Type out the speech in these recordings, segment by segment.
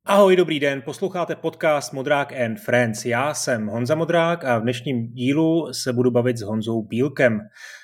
Ahoj, dobrý den, posloucháte podcast Modrák and Friends. Já jsem Honza Modrák a v dnešním dílu se budu bavit s Honzou Bílkem.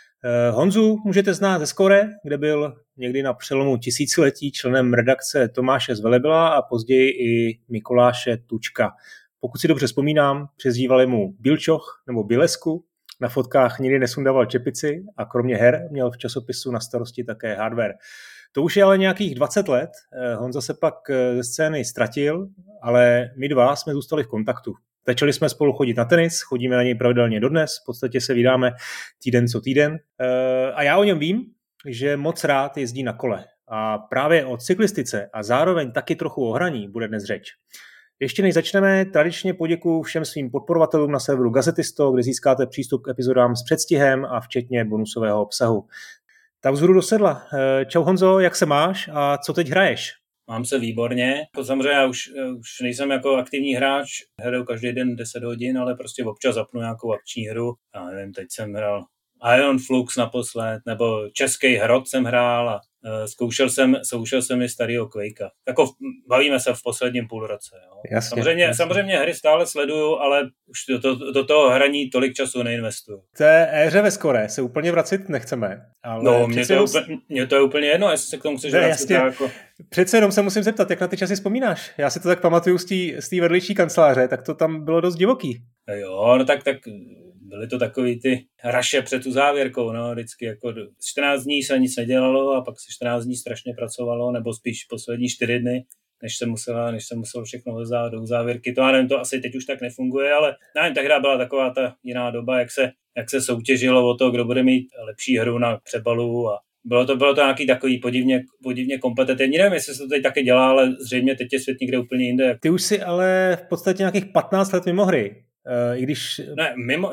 Honzu můžete znát ze Skore, kde byl někdy na přelomu tisíciletí členem redakce Tomáše z Velebila a později i Mikuláše Tučka. Pokud si dobře vzpomínám, přezdívali mu Bílčoch nebo Bílesku, na fotkách nikdy nesundával čepici a kromě her měl v časopisu na starosti také hardware. To už je ale nějakých 20 let, Honza se pak ze scény ztratil, ale my dva jsme zůstali v kontaktu. Začali jsme spolu chodit na tenis, chodíme na něj pravidelně dodnes, v podstatě se vydáme týden co týden. A já o něm vím, že moc rád jezdí na kole. A právě o cyklistice a zároveň taky trochu o hraní bude dnes řeč. Ještě než začneme, tradičně poděkuju všem svým podporovatelům na serveru Gazetisto, kde získáte přístup k epizodám s předstihem a včetně bonusového obsahu. Tak vzhůru do sedla. Čau Honzo, jak se máš a co teď hraješ? Mám se výborně. Samozřejmě já už nejsem jako aktivní hráč, hraju každý den 10 hodin, ale prostě občas zapnu nějakou akční hru. Já nevím, teď jsem hrál Iron Flux naposled, nebo Český hrot jsem hrál a zkoušel jsem i starýho Quakea. Jako bavíme se v posledním půlroce. Jo. Jasně. Samozřejmě hry stále sleduju, ale už do toho hraní tolik času neinvestuju. V té éře ve Skore se úplně vracet nechceme. Ale no, mně to je úplně jedno, jestli se k tomu chceš vracet. Jako... Přece jenom se musím zeptat, jak na ty časy vzpomínáš? Já si to tak pamatuju z té vedlejší kanceláře, tak to tam bylo dost divoký. Jo, no tak byly to takový ty raše před tu závěrkou, no, vždycky jako 14 dní se nic nedělalo a pak se 14 dní strašně pracovalo, nebo spíš poslední 4 dny, než se muselo všechno do závěrky. To já nevím, to asi teď už tak nefunguje, ale nevím, tehdy byla taková ta jiná doba, jak se soutěžilo o to, kdo bude mít lepší hru na přebalu a bylo to nějaký takový podivně kompetitivní. Nevím, jestli se to teď taky dělá, ale zřejmě teď je svět někde úplně jinde. Ty už si ale v podstatě nějakých 15 let mimo hry. I když... Ne,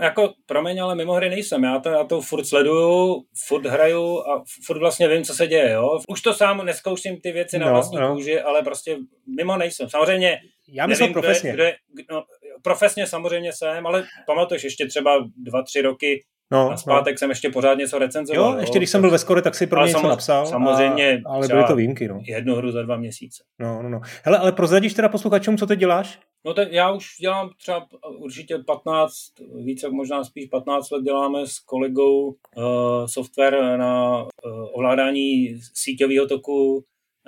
ale mimo hry nejsem. Já to furt sleduju, furt hraju a furt vlastně vím, co se děje. Jo? Už to sám neskouším ty věci na vlastní kůži, ale prostě mimo nejsem. Samozřejmě já myslím profesně. Profesně samozřejmě jsem, ale pamatuješ ještě třeba 2-3 roky a zpátek jsem ještě pořád něco recenzoval. Jo, ještě když jsem byl ve Skore, tak si pro mě něco napsal. Samozřejmě, ale byly to výjimky. No. 1 hru za 2 měsíce. No. Hele, ale prozradíš teda posluchačům, co teď děláš? No tak já už dělám třeba určitě 15 let děláme s kolegou software na ovládání síťového toku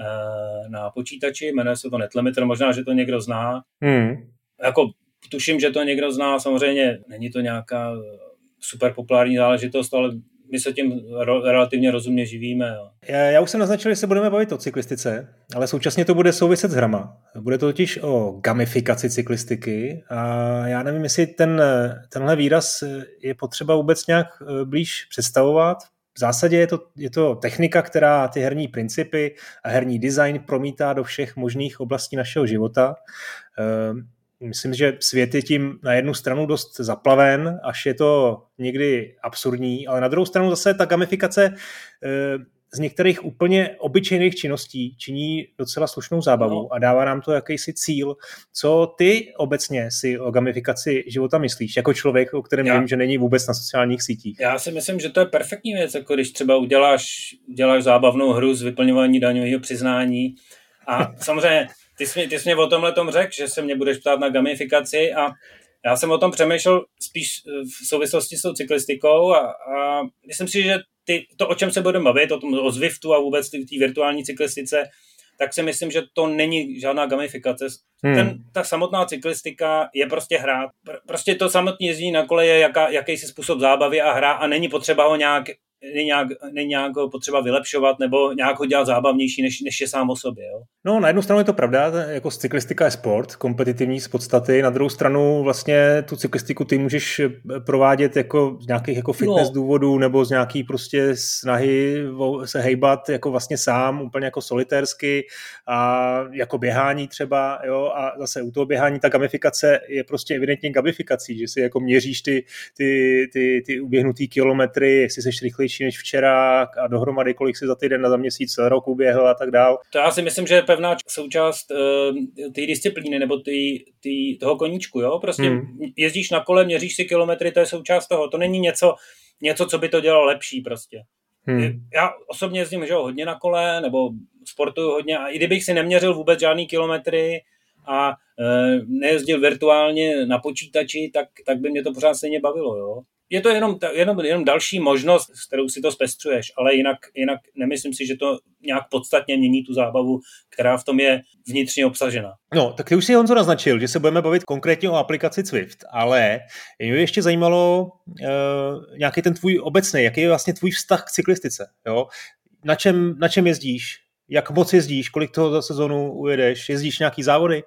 na počítači, jmenuje se to Netlimiter, možná, že to někdo zná. Jako tuším, že to někdo zná, samozřejmě není to nějaká super populární záležitost, ale my se tím relativně rozumně živíme. Jo. Já už jsem naznačil, že se budeme bavit o cyklistice, ale současně to bude souviset s hrama. Bude to totiž o gamifikaci cyklistiky a já nevím, jestli tenhle výraz je potřeba vůbec nějak blíž představovat. V zásadě je to technika, která ty herní principy a herní design promítá do všech možných oblastí našeho života. Myslím, že svět je tím na jednu stranu dost zaplaven, až je to někdy absurdní, ale na druhou stranu zase ta gamifikace z některých úplně obyčejných činností činí docela slušnou zábavu a dává nám to jakýsi cíl. Co ty obecně si o gamifikaci života myslíš, jako člověk, o kterém vím, že není vůbec na sociálních sítích? Já si myslím, že to je perfektní věc, jako když třeba uděláš zábavnou hru z vyplňování daňového přiznání a samozřejmě Ty jsi mě o tomhletom řekl, že se mě budeš ptát na gamifikaci a já jsem o tom přemýšlel spíš v souvislosti s tou cyklistikou a myslím si, že to, o čem se budeme bavit, o Zwiftu a vůbec té virtuální cyklistice, tak si myslím, že to není žádná gamifikace. Ta samotná cyklistika je prostě hra. Prostě to samotné jezdí na kole je jakýsi způsob zábavy a hra a není potřeba ho nějak potřeba vylepšovat nebo nějak ho dělat zábavnější, než je sám o sobě. Jo? No, na jednu stranu je to pravda, jako cyklistika je sport, kompetitivní z podstaty, na druhou stranu vlastně tu cyklistiku ty můžeš provádět jako z nějakých jako fitness důvodů nebo z nějaký prostě snahy se hejbat jako vlastně sám, úplně jako solitérsky a jako běhání třeba, jo, a zase u toho běhání ta gamifikace je prostě evidentně gamifikací, že si jako měříš ty uběhnutý kilometry, jestli seš rychlejší než včera a dohromady kolik si za týden a za měsíc rok uběhl a tak dál. To já si myslím, že je pevná součást té disciplíny nebo toho koníčku, jo? Prostě jezdíš na kole, měříš si kilometry, to je součást toho. To není něco, co by to dělalo lepší prostě. Já osobně jezdím hodně na kole nebo sportuju hodně a i kdybych si neměřil vůbec žádný kilometry a nejezdil virtuálně na počítači, tak by mě to pořád stejně bavilo. Jo? Je to jenom další možnost, s kterou si to zpestřuješ, ale jinak nemyslím si, že to nějak podstatně mění tu zábavu, která v tom je vnitřně obsažena. No, tak ty už si, Honzo, naznačil, že se budeme bavit konkrétně o aplikaci Zwift, ale mě ještě zajímalo nějaký ten tvůj obecný, jaký je vlastně tvůj vztah k cyklistice, jo? Na čem jezdíš? Jak moc jezdíš? Kolik toho za sezonu ujedeš? Jezdíš nějaký závody?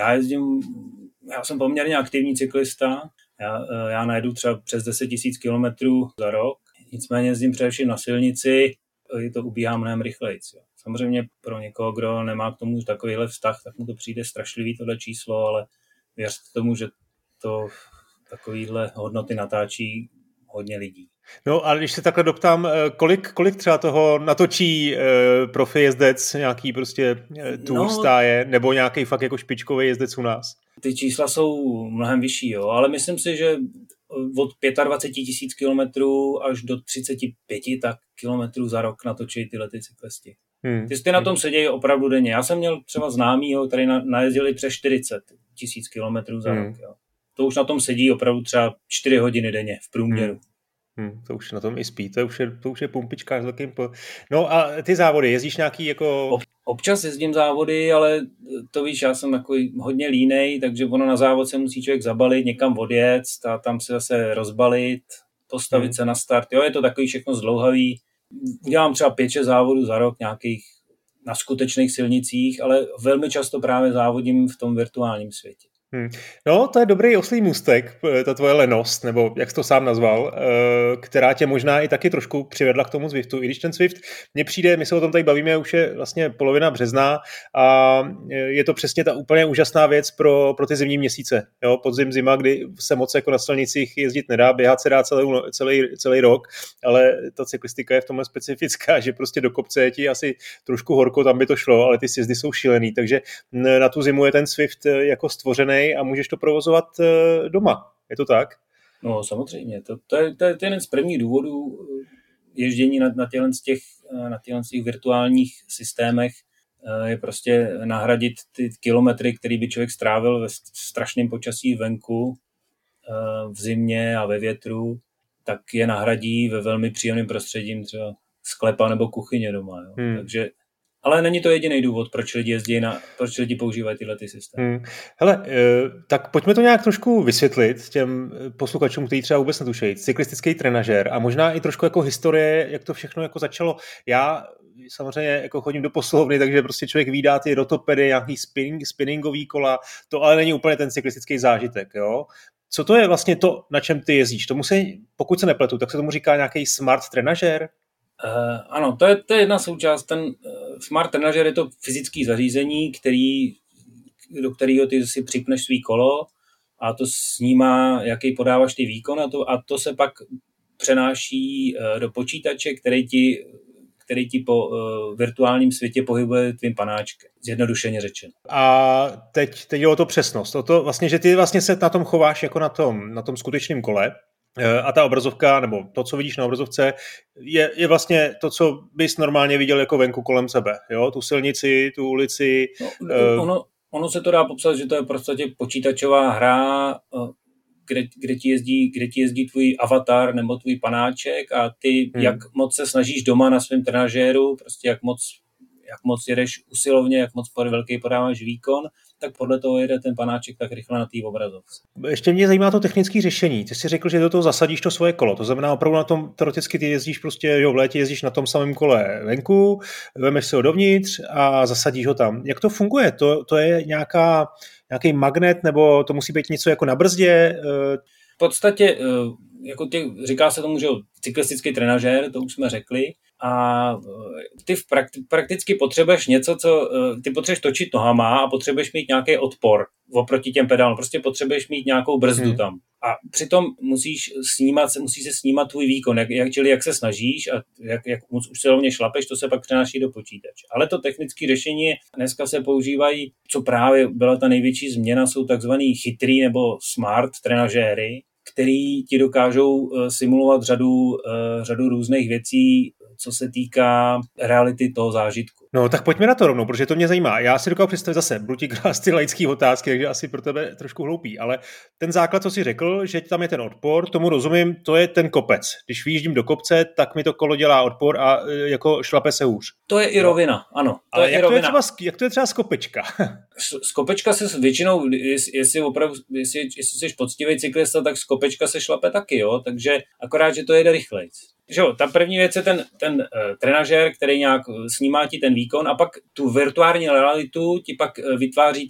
Já jsem poměrně aktivní cyklista. Já najedu třeba přes 10 000 kilometrů za rok. Nicméně jezdím především na silnici, to ubíhá mnohem rychleji. Samozřejmě pro někoho, kdo nemá k tomu takovýhle vztah, tak mu to přijde strašlivý tohle číslo, ale věřte tomu, že to takovýhle hodnoty natáčí hodně lidí. No a když se takhle doptám, kolik třeba toho natočí profi jezdec, nějaký prostě tour stáje, nebo nějaký fakt jako špičkový jezdec u nás? Ty čísla jsou mnohem vyšší, jo, ale myslím si, že od 25 000 kilometrů až do 35 kilometrů za rok natočí tyhle ty cyklisti. Ty na tom sedějí opravdu denně. Já jsem měl třeba známýho, který najezdili přes 40 000 kilometrů za rok. Jo. To už na tom sedí opravdu třeba 4 hodiny denně v průměru. To už na tom i spí, to už je pumpička s velkým No a ty závody, jezdíš nějaký jako... Občas jezdím závody, ale to víš, já jsem takový hodně línej, takže ono na závod se musí člověk zabalit, někam odjet a tam se zase rozbalit, postavit se na start. Jo, je to takový všechno zdlouhavý. Udělám třeba 5-6 závodů za rok nějakých na skutečných silnicích, ale velmi často právě závodím v tom virtuálním světě. No, to je dobrý oslý můstek, ta tvoje lenost, nebo jak jsi to sám nazval, která tě možná i taky trošku přivedla k tomu Zwiftu. I když ten Zwift mně přijde, my se o tom tady bavíme, už je vlastně polovina března a je to přesně ta úplně úžasná věc pro ty zimní měsíce. Jo? Podzim, zima, kdy se moc jako na silnicích jezdit nedá, běhat se dá celý rok, ale ta cyklistika je v tomhle specifická, že prostě do kopce je ti asi trošku horko, tam by to šlo, ale ty sjezdy jsou šílený, takže na tu zimu je ten Zwift jako stvořený a můžeš to provozovat doma. Je to tak? No samozřejmě. To je jeden z prvních důvodů ježdění na těch virtuálních systémech je prostě nahradit ty kilometry, který by člověk strávil ve strašném počasí venku, v zimě a ve větru, tak je nahradí ve velmi příjemným prostředím, třeba sklepa nebo kuchyně doma. Jo. Takže ale není to jediný důvod, proč lidi používají tyhle ty systémy. Hele, tak pojďme to nějak trošku vysvětlit těm posluchačům, kteří třeba vůbec netušejí. Cyklistický trenažér a možná i trošku jako historie, jak to všechno jako začalo. Já samozřejmě jako chodím do posilovny, takže prostě člověk vídá ty rotopedy, nějaký spinningový kola, to ale není úplně ten cyklistický zážitek, jo. Co to je vlastně to, na čem ty jezdíš? Tomu se, pokud se nepletu, tak se tomu říká nějaký smart trenažér? Ano, to je jedna součást. Ten smart trenažer je to fyzické zařízení, do kterého ty si připneš svý kolo a to snímá, jaký podáváš ty výkon a to se pak přenáší do počítače, který ti po virtuálním světě pohybuje tvým panáčkem, zjednodušeně řečeno. A teď jde o to přesnost. O to vlastně, že ty vlastně se na tom chováš jako na tom skutečném kole. A ta obrazovka, nebo to, co vidíš na obrazovce, je vlastně to, co bys normálně viděl jako venku kolem sebe. Jo? Tu silnici, tu ulici. Ono se to dá popsat, že to je v podstatě počítačová hra, kde ti jezdí tvůj avatar nebo tvůj panáček a ty jak moc se snažíš doma na svém trenažéru, prostě jak moc jedeš usilovně, jak moc velký podáváš výkon, tak podle toho jede ten panáček tak rychle na té obrazovce. Ještě mě zajímá to technické řešení. Ty jsi řekl, že do toho zasadíš to svoje kolo. To znamená opravdu na tom, teoreticky ty jezdíš prostě, v létě jezdíš na tom samém kole venku, vemeš si ho dovnitř a zasadíš ho tam. Jak to funguje? To je nějaký magnet, nebo to musí být něco jako na brzdě? V podstatě, říká se tomu, že cyklistický trenažér, to už jsme řekli, a ty prakticky potřebuješ něco, ty potřebuješ točit nohama a potřebuješ mít nějaký odpor oproti těm pedálům. Prostě potřebuješ mít nějakou brzdu tam. A přitom musí se snímat tvůj výkon, čili jak se snažíš a jak moc usilovně šlapeš, to se pak přenáší do počítače. Ale to technické řešení dneska se používají, co právě byla ta největší změna, jsou takzvaný chytrý nebo smart trenažéry, který ti dokážou simulovat řadu různých věcí co se týká reality toho zážitku. No tak pojďme na to rovnou, protože to mě zajímá. Já si dokážu představit zase, budu ti klást ty laické otázky, takže asi pro tebe trošku hloupý, ale ten základ, co jsi řekl, že tam je ten odpor, tomu rozumím, to je ten kopec. Když vyjíždím do kopce, tak mi to kolo dělá odpor a jako šlape se hůř. To je i rovina, ano. To ale je i rovina. Jak to je třeba z kopečka? Z kopečka se většinou, jestli jsi poctivý cyklista, tak z kopečka se šlape taky, jo, takže akorát, že to jede rychlejc. Že jo, ta první věc je ten trenažér, který nějak snímá ti ten výkon a pak tu virtuální realitu ti pak vytváří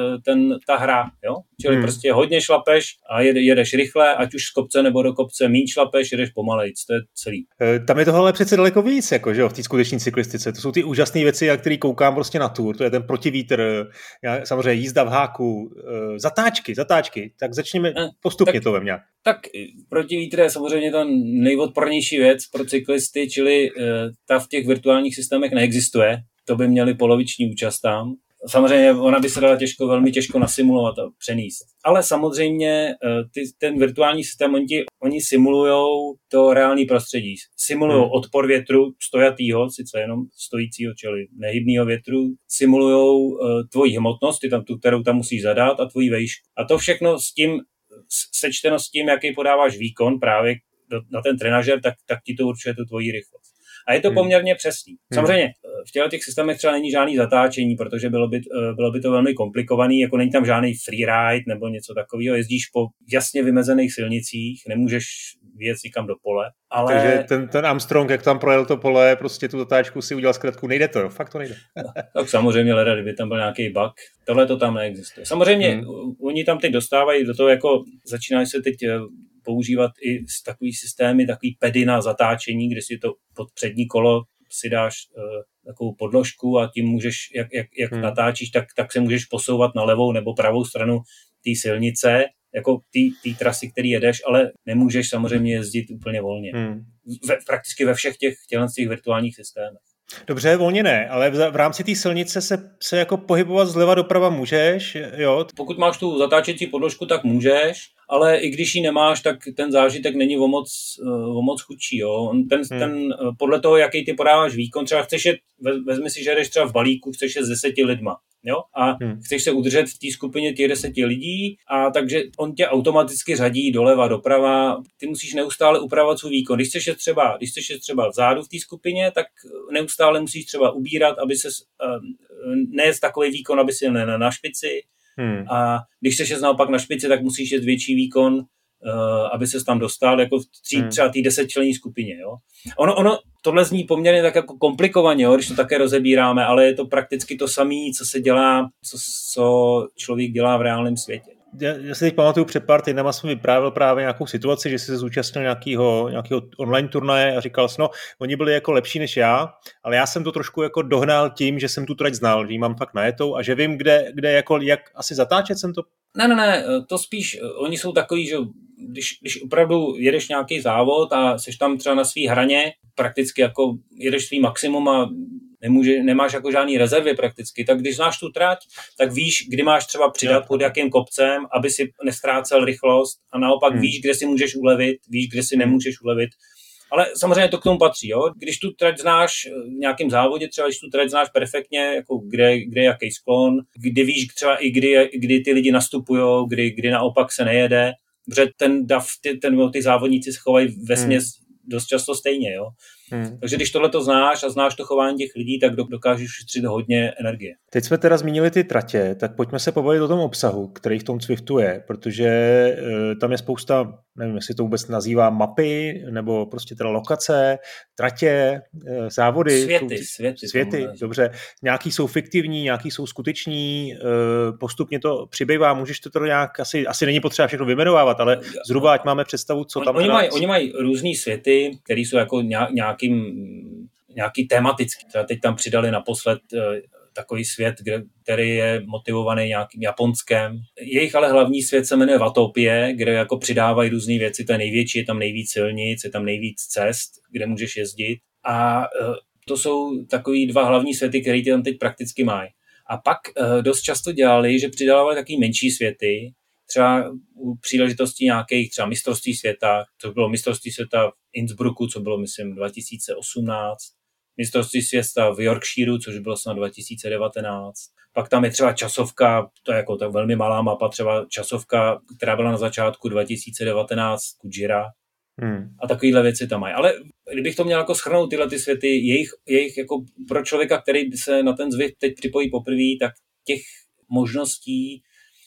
ta hra, jo? Čili prostě hodně šlapeš a jedeš rychle, ať už z kopce nebo do kopce, míň šlapeš, jedeš pomalejc, to je celý. Tam je tohle přece daleko víc, jako, že jo, v té skutečné cyklistice. To jsou ty úžasné věci, na které koukám prostě na tour, to je ten protivítr, samozřejmě jízda v háku, zatáčky, tak začněme postupně to ve mně. Tak protivítr je samozřejmě ta nejodpornější věc pro cyklisty, čili ta v těch virtuálních systémech neexistuje. To by měli poloviční účast tam. Samozřejmě ona by se dala velmi těžko nasimulovat a přenést. Ale samozřejmě ten virtuální systém, oni simulujou to reální prostředí. Simulujou odpor větru stojatýho, sice jenom stojícího, čili nehybného větru. Simulujou tvoji hmotnost, kterou tam musíš zadat, a tvoji výšku. A to všechno sečteno s tím, jaký podáváš výkon právě na ten trenažer, tak ti to určuje tu tvoji rychlost. A je to poměrně přesný. Samozřejmě v těch systémech třeba není žádný zatáčení, protože bylo by to velmi komplikovaný, jako není tam žádný freeride nebo něco takového. Jezdíš po jasně vymezených silnicích, nemůžeš vyjet nikam do pole. Ale... Takže ten Armstrong, jak tam projel to pole, prostě tu zatáčku si udělal zkratku, nejde to, fakt to nejde. Tak samozřejmě leda, kdyby tam byl nějaký bug, tohle to tam neexistuje. Samozřejmě oni tam teď dostávají do toho, jako začínají se teď používat i takový systémy, takový pedy na zatáčení, kde si to pod přední kolo si dáš takovou podložku a tím můžeš, jak natáčíš, tak se můžeš posouvat na levou nebo pravou stranu té silnice, jako té trasy, který jedeš, ale nemůžeš samozřejmě jezdit úplně volně. Prakticky ve všech těch virtuálních systémech. Dobře, volně ne, ale v rámci té silnice se jako pohybovat zleva doprava můžeš, jo? Pokud máš tu zatáčecí podložku, tak můžeš, ale i když ji nemáš, tak ten zážitek není o moc chudší, jo? Ten podle toho, jaký ty podáváš výkon, třeba vezmi si, že jdeš třeba v balíku, chceš jet s 10 lidma, jo? A chceš se udržet v té skupině těch 10 lidí, a takže on tě automaticky řadí doleva, doprava, ty musíš neustále upravovat svůj výkon. Když chceš jet třeba vzadu v té skupině, tak neustále musíš třeba ubírat, aby se nejet takový výkon, aby si na špici. A když chceš jet naopak na špici, tak musíš jet větší výkon, aby ses tam dostal, jako v třeba té 10členné skupině. Jo? Ono tohle zní poměrně tak jako komplikovaně, jo, když to také rozebíráme, ale je to prakticky to samé, co se dělá, co člověk dělá v reálném světě. Já si teď pamatuju, před pár týdnama jsem vyprávěl právě nějakou situaci, že jsi se zúčastnil nějakého online turnaje a říkal jsi, no, oni byli jako lepší než já, ale já jsem to trošku jako dohnal tím, že jsem tu trať znal, že ji mám fakt najetou a že vím, kde jako, jak asi zatáčet jsem to. Ne, to spíš, oni jsou takový, že když opravdu jedeš nějaký závod a jsi tam třeba na svý hraně, prakticky jako jedeš svý maximum a nemáš jako žádný rezervy prakticky, tak když znáš tu trať, tak víš, kdy máš třeba přidat pod jakým kopcem, aby si nestrácel rychlost, a naopak víš, kde si můžeš ulevit, víš, kde si nemůžeš ulevit. Ale samozřejmě to k tomu patří, jo. Když tu trať znáš v nějakém závodě, třeba když tu trať znáš perfektně, jako kde je jaký sklon, kdy víš třeba i kdy ty lidi nastupujou, kdy naopak se nejede, protože ty závodníci se chovají vesměs dost často stejně, jo. Takže když tohle to znáš a znáš to chování těch lidí, tak dokážeš ušetřit hodně energie. Teď jsme teda zmínili ty tratě, tak pojďme se pobavit o tom obsahu, který v tom Zwiftu je, protože tam je spousta, nevím, jestli to vůbec nazývá mapy, nebo prostě teda lokace, tratě, závody. Světy, dobře. Nějaký jsou fiktivní, nějaký jsou skuteční, postupně to přibývá, můžeš to nějak, asi není potřeba všechno vyjmenovávat, ale zhruba ať máme představu, co tam... Oni mají různý světy, které jsou jako nějaký tematický. Třeba teď tam přidali naposled takový svět, který je motivovaný nějakým Japonskem. Jejich ale hlavní svět se jmenuje Watopie, kde jako přidávají různé věci. To je největší, je tam nejvíc silnic, je tam nejvíc cest, kde můžeš jezdit. A to jsou takový dva hlavní světy, které ty tam teď prakticky mají. A pak dost často dělali, že přidávali takový menší světy, třeba u příležitostí nějakých třeba mistrovství světa, to bylo mistrovství světa v Innsbrucku, co bylo, myslím, 2018, mistrovství světa v Yorkshireu, což bylo snad 2019. Pak tam je třeba časovka, to je jako tak velmi malá mapa, třeba časovka, která byla na začátku 2019 Kudžira. A takovéhle věci tam mají. Ale kdybych to měl jako shrnout tyhle ty světy, jejich jako pro člověka, který se na ten Zwift teď připojí poprvé, tak těch možností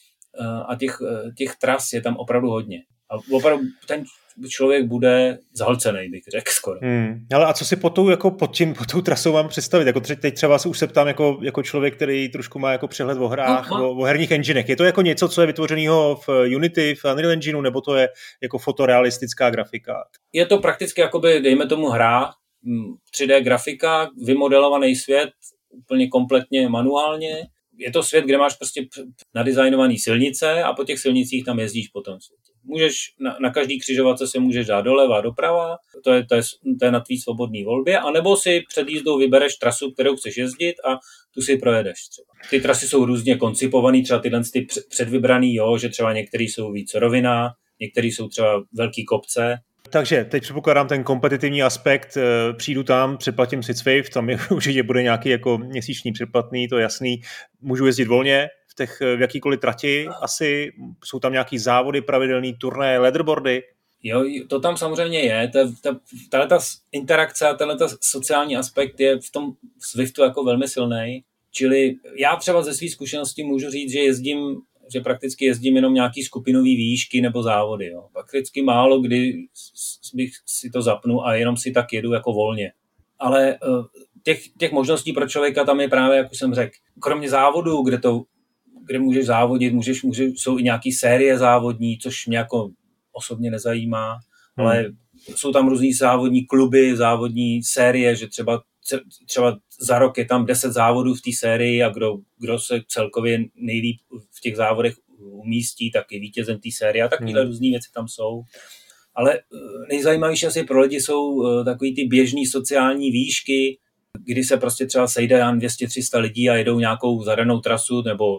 a těch tras je tam opravdu hodně. A opravdu ten člověk bude zahlcený, bych řekl skoro. Ale a co si pod tou trasou mám představit? Jako teď třeba už se ptám jako člověk, který trošku má jako přehled o hrách, o herních enginech. Je to jako něco, co je vytvořeného v Unity, v Unreal Engineu, nebo to je jako fotorealistická grafika? Je to prakticky jakoby, dejme tomu hra, 3D grafika, vymodelovaný svět, úplně kompletně manuálně. Je to svět, kde máš prostě nadizajnovaný silnice a po těch silnicích tam jezdíš po tom světě. Můžeš na každý křižovatce se můžeš dát doleva, doprava, to je na tvý svobodný volbě, anebo si před jízdou vybereš trasu, kterou chceš jezdit a tu si projedeš třeba. Ty trasy jsou různě koncipovaný, třeba tyhle ty předvybraný, že třeba některý jsou víc rovina, některý jsou třeba velký kopce. Takže teď předpokládám ten kompetitivní aspekt, přijdu tam, předplatím si Zwift, tam určitě bude nějaký jako měsíční předplatný, to je jasný, můžu jezdit volně v jakýkoliv trati, asi jsou tam nějaký závody, pravidelný turné, leaderboardy. Jo, to tam samozřejmě je, tato interakce a tenhle sociální aspekt je v tom Zwiftu jako velmi silný, čili já třeba ze své zkušenosti můžu říct, že prakticky jezdím jenom nějaký skupinový výšky nebo závody. Jo. Prakticky málo kdy bych si to zapnu a jenom si tak jedu jako volně. Ale těch možností pro člověka tam je právě, jak už jsem řekl, kromě závodů, kde můžeš závodit, jsou i nějaký série závodní, což mě jako osobně nezajímá, ale jsou tam různý závodní kluby, závodní série, že třeba za rok je tam 10 závodů v té sérii a kdo se celkově nejlíp v těch závodech umístí, tak je vítězem té série a takovéhle různý věci tam jsou. Ale nejzajímavější asi pro lidi jsou takový ty běžný sociální výšky, kdy se prostě třeba sejde 200-300 lidí a jedou nějakou zadanou trasu, nebo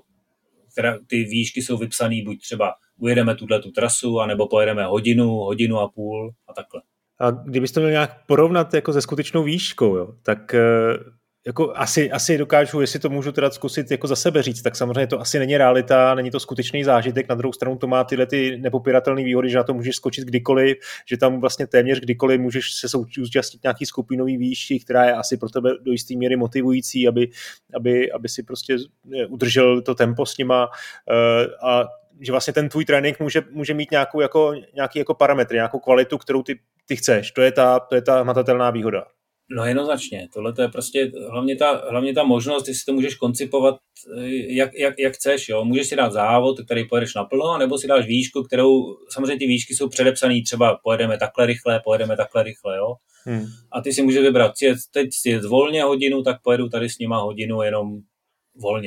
ty výšky jsou vypsaný, buď třeba ujedeme tu trasu, anebo pojedeme hodinu a půl a takhle. A kdybyste měl nějak porovnat jako se skutečnou výškou, jo, tak jako asi dokážu, jestli to můžu teda zkusit jako za sebe říct, tak samozřejmě to asi není realita, není to skutečný zážitek, na druhou stranu to má tyhle ty nepopiratelné výhody, že na to můžeš skočit kdykoliv, že tam vlastně téměř kdykoliv můžeš se současnit nějaký skupinový výšky, která je asi pro tebe do jisté míry motivující, aby si prostě udržel to tempo s nima a že vlastně ten tvůj trénink může mít nějaký jako parametry, nějakou kvalitu, kterou ty chceš. To je ta hmatatelná výhoda. No jednoznačně. Tohle to je prostě hlavně ta možnost, jestli to můžeš koncipovat, jak chceš. Jo. Můžeš si dát závod, který pojedeš naplno, nebo si dáš výšku, kterou, samozřejmě ty výšky jsou předepsané, třeba pojedeme takhle rychle, jo. A ty si můžeš vybrat, teď si jet volně hodinu, tak pojedu tady s nima hodinu jenom volně.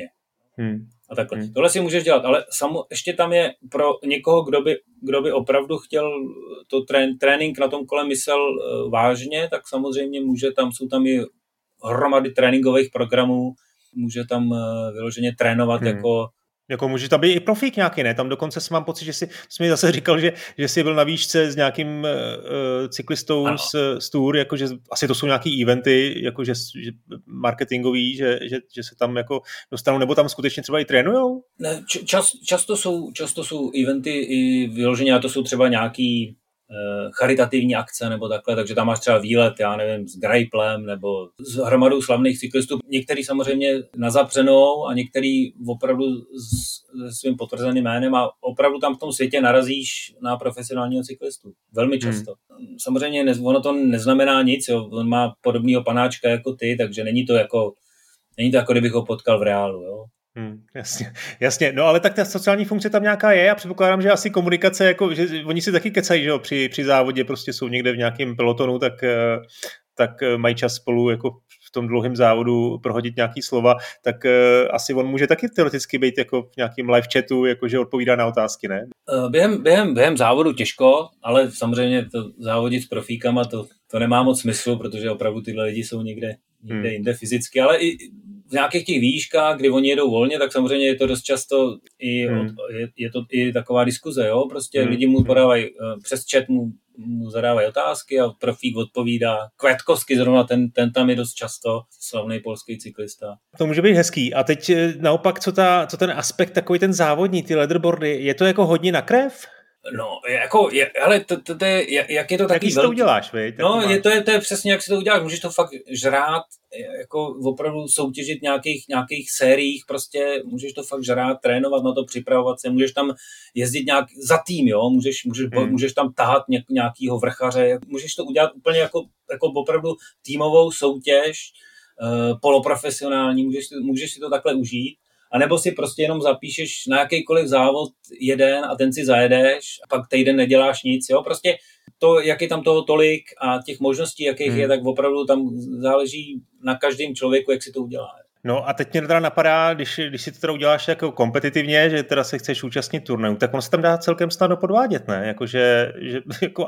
A takhle. Tohle si můžeš dělat, ale ještě tam je pro někoho, kdo by opravdu chtěl to trénink na tom kole myslel vážně, tak samozřejmě jsou tam i hromady tréninkových programů, může tam vyloženě trénovat jako může tam být i profík nějaký, ne? Tam dokonce mám pocit, že jsi mi zase říkal, že jsi byl na výšce s nějakým cyklistou z Tour, jakože asi to jsou nějaký eventy, jakože marketingový, že se tam jako dostanou, nebo tam skutečně třeba i trénujou? Ne, často jsou eventy i vyloženě, a to jsou třeba nějaký charitativní akce nebo takhle, takže tam máš třeba výlet, já nevím, s Graiplem nebo s hromadou slavných cyklistů. Některý samozřejmě na zapřenou a některý opravdu se svým potvrzeným jménem a opravdu tam v tom světě narazíš na profesionálního cyklistu. Velmi často. Samozřejmě ono to neznamená nic, jo. On má podobného panáčka jako ty, takže není to jako kdybych ho potkal v reálu, jo. Jasně, no ale tak ta sociální funkce tam nějaká je, já předpokládám, že asi komunikace, jako, že oni si taky kecají, že jo, při závodě prostě jsou někde v nějakém pelotonu, tak mají čas spolu jako v tom dlouhém závodu prohodit nějaký slova, tak asi on může taky teoreticky být jako v nějakém live chatu, jakože odpovídá na otázky, ne? Během závodu těžko, ale samozřejmě to závodit s profíkama, to nemá moc smyslu, protože opravdu tyhle lidi jsou někde jinde fyzicky, ale i v nějakých těch výškách, kdy oni jedou volně, tak samozřejmě je to dost často je to i taková diskuze, jo, prostě lidi mu podávají, přes chat mu zadávají otázky a profík odpovídá. Květkovský zrovna, ten tam je dost často, slavný polský cyklista. To může být hezký. A teď naopak, co ten aspekt, takový ten závodní, ty leaderboardy, je to jako hodně na krev? No, jako, ale to je, jak je to taky velký... to uděláš, viď? No, to je přesně, jak si to uděláš. Můžeš to fakt žrát, jako opravdu soutěžit nějakých sériích, prostě můžeš to fakt žrát, trénovat na to, připravovat se, můžeš tam jezdit nějak za tým, jo, můžeš tam tahat nějakýho vrchaře, můžeš to udělat úplně jako opravdu týmovou soutěž, poloprofesionální, můžeš si to takhle užít. A nebo si prostě jenom zapíšeš na jakýkoliv závod jeden a ten si zajedeš a pak týden neděláš nic, jo, prostě to, jak je tam toho tolik a těch možností, jakých je, tak opravdu tam záleží na každém člověku, jak si to udělá. No a teď mě teda napadá, když si to teda uděláš jako kompetitivně, že teda se chceš účastnit turnaju, tak on se tam dá celkem snadno podvádět, ne? Jakože jako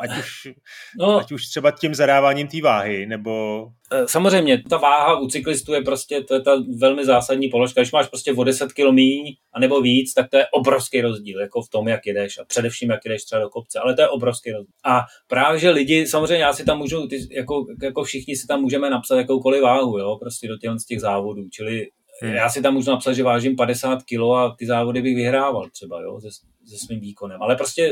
ať už třeba tím zadáváním té váhy, nebo... Samozřejmě, ta váha u cyklistů je prostě, to je ta velmi zásadní položka. Když máš prostě o 10 kg míň a nebo víc, tak to je obrovský rozdíl, jako v tom, jak jedeš a především, jak jedeš třeba do kopce, ale to je obrovský rozdíl. A právě, že lidi, samozřejmě já si tam můžu, jako všichni si tam můžeme napsat jakoukoliv váhu, jo, prostě do těch závodů, čili já si tam můžu napsat, že vážím 50 kg a ty závody bych vyhrával třeba, jo, se svým výkonem, ale prostě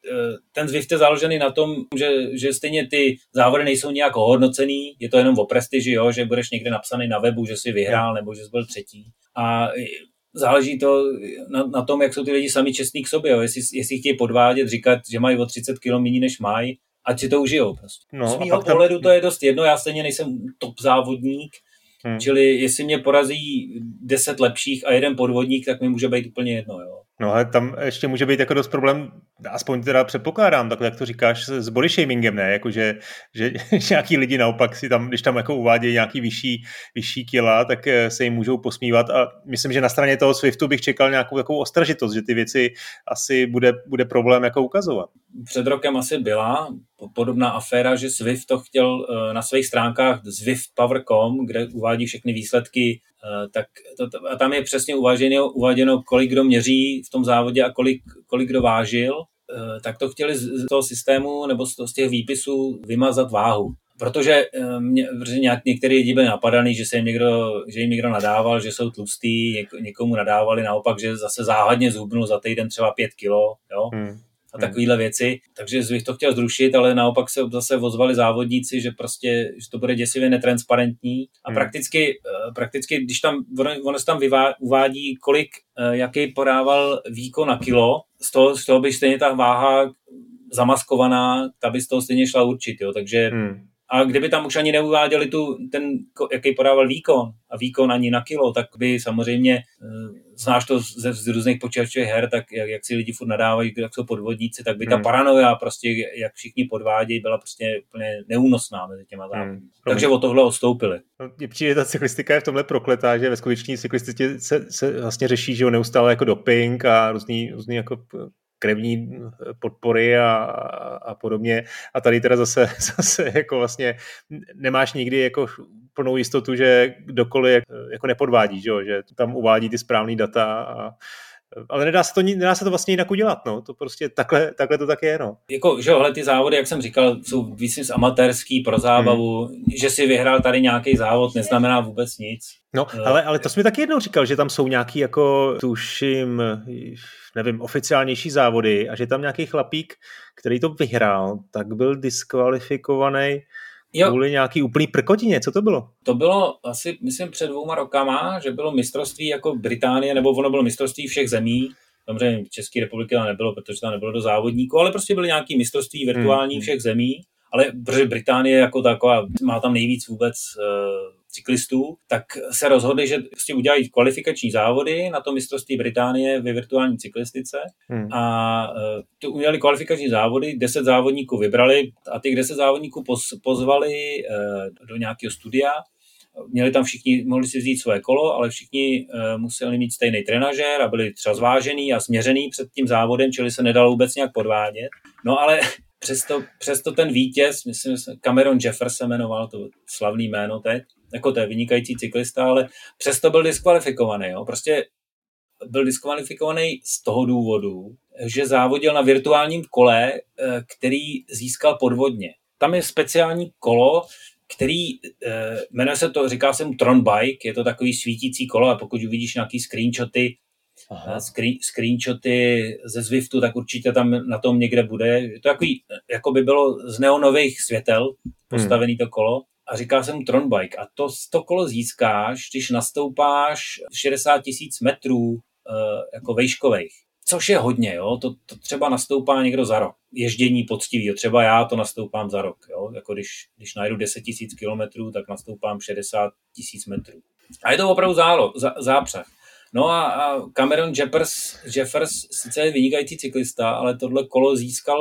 ten Zwift je založený na tom, že stejně ty závody nejsou nějak ohodnocený, je to jenom o prestiži, jo, že budeš někde napsaný na webu, že jsi vyhrál nebo že jsi byl třetí. A záleží to na tom, jak jsou ty lidi sami čestní k sobě, jo. Jestli chtějí podvádět, říkat, že mají o 30 kg méně než mají, ať si to užijou. Prostě. No, z mýho pohledu to je dost jedno, já stejně nejsem top závodník, čili jestli mě porazí 10 lepších a jeden podvodník, tak mi může být úplně jedno, jo. No ale tam ještě může být jako dost problém, aspoň teda předpokládám, tak jak to říkáš, s body shamingem, ne? Jako, že nějaký lidi naopak si tam, když tam jako uvádějí nějaký vyšší kila, tak se jim můžou posmívat a myslím, že na straně toho Zwiftu bych čekal nějakou takovou ostražitost, že ty věci asi bude problém jako ukazovat. Před rokem asi byla podobná aféra, že Zwift to chtěl na svých stránkách zwiftpower.com, kde uvádí všechny výsledky, tak a tam je přesně uváděno, kolik kdo měří v tom závodě a kolik kdo vážil, tak to chtěli z toho systému nebo z těch výpisů vymazat váhu. Protože některý lidi byli napadaný, že jim někdo nadával, že jsou tlustý, někomu nadávali naopak, že zase záhadně zhubnul za týden třeba 5 kilo, jo? A takovýhle věci. Takže Zwift to chtěl zrušit, ale naopak se zase ozvali závodníci, že prostě že to bude děsivě netransparentní. A prakticky když tam ono se tam uvádí, jaký podával výkon na kilo, z toho by stejně ta váha zamaskovaná, ta by z toho stejně šla určit, jo. Takže a kdyby tam už ani neuváděli jaký podával výkon ani na kilo, tak by samozřejmě, znáš to z různých počítačových her, tak jak si lidi furt nadávají, jak jsou podvodníci, tak by ta paranoia prostě, jak všichni podvádějí, byla prostě úplně neúnosná mezi těma závody. Takže od tohle odstoupili. Mně přijde, ta cyklistika je v tomhle prokletá, že ve skutečné cyklistice se vlastně řeší, že neustále jako doping a různý jako krevní podpory a podobně. A tady teda zase jako vlastně nemáš nikdy jako plnou jistotu, že kdokoliv jako nepodvádí, že tam uvádí ty správný data ale nedá se to vlastně jinak udělat, no. To prostě takhle to tak je, no. Jako, že ty závody, jak jsem říkal, jsou víc amatérský pro zábavu, že si vyhrál tady nějaký závod, neznamená vůbec nic. No, ale to jsi mi taky jednou říkal, že tam jsou nějaký jako, tuším, nevím, oficiálnější závody a že tam nějaký chlapík, který to vyhrál, tak byl diskvalifikovaný kvůli nějaký úplný prkotině. Co to bylo? To bylo asi, myslím, před 2 rokama, že bylo mistrovství jako Británie, nebo ono bylo mistrovství všech zemí. Samozřejmě České republiky tam nebylo, protože tam nebylo do závodníků, ale prostě byly nějaký mistrovství virtuální všech zemí. Ale protože Británie jako taková má tam nejvíc vůbec cyklistů, tak se rozhodli, že prostě udělají kvalifikační závody na to mistrovství Británie ve virtuální cyklistice a to udělali kvalifikační závody, 10 závodníků vybrali a těch 10 závodníků pozvali do nějakého studia. Měli tam všichni, mohli si vzít své kolo, ale všichni museli mít stejný trenažér a byli třeba zvážený a směřený před tím závodem, čili se nedalo vůbec nějak podvádět. No ale přesto ten vítěz, myslím, že Cameron Jeffers se jmenoval, to slavný jméno teď, jako to je vynikající cyklista, ale přesto byl diskvalifikovaný. Jo? Prostě byl diskvalifikovaný z toho důvodu, že závodil na virtuálním kole, který získal podvodně. Tam je speciální kolo, který jmenuje se to, říká se mu Tron Bike, je to takový svítící kolo, a pokud uvidíš nějaký screenshoty ze Zwiftu, tak určitě tam na tom někde bude. Je to takový, jako by bylo z neonových světel postavený to kolo a říká se mu Tron Bike. A to kolo získáš, když nastoupáš 60 000 metrů jako vejškových. Což je hodně, jo? To třeba nastoupá někdo za rok. Ježdění poctivý, třeba já to nastoupám za rok. Jo? Jako když najdu 10 000 kilometrů, tak nastoupám 60 000 metrů. A je to opravdu zápřah. No a Cameron Jeffers sice je vynikající cyklista, ale tohle kolo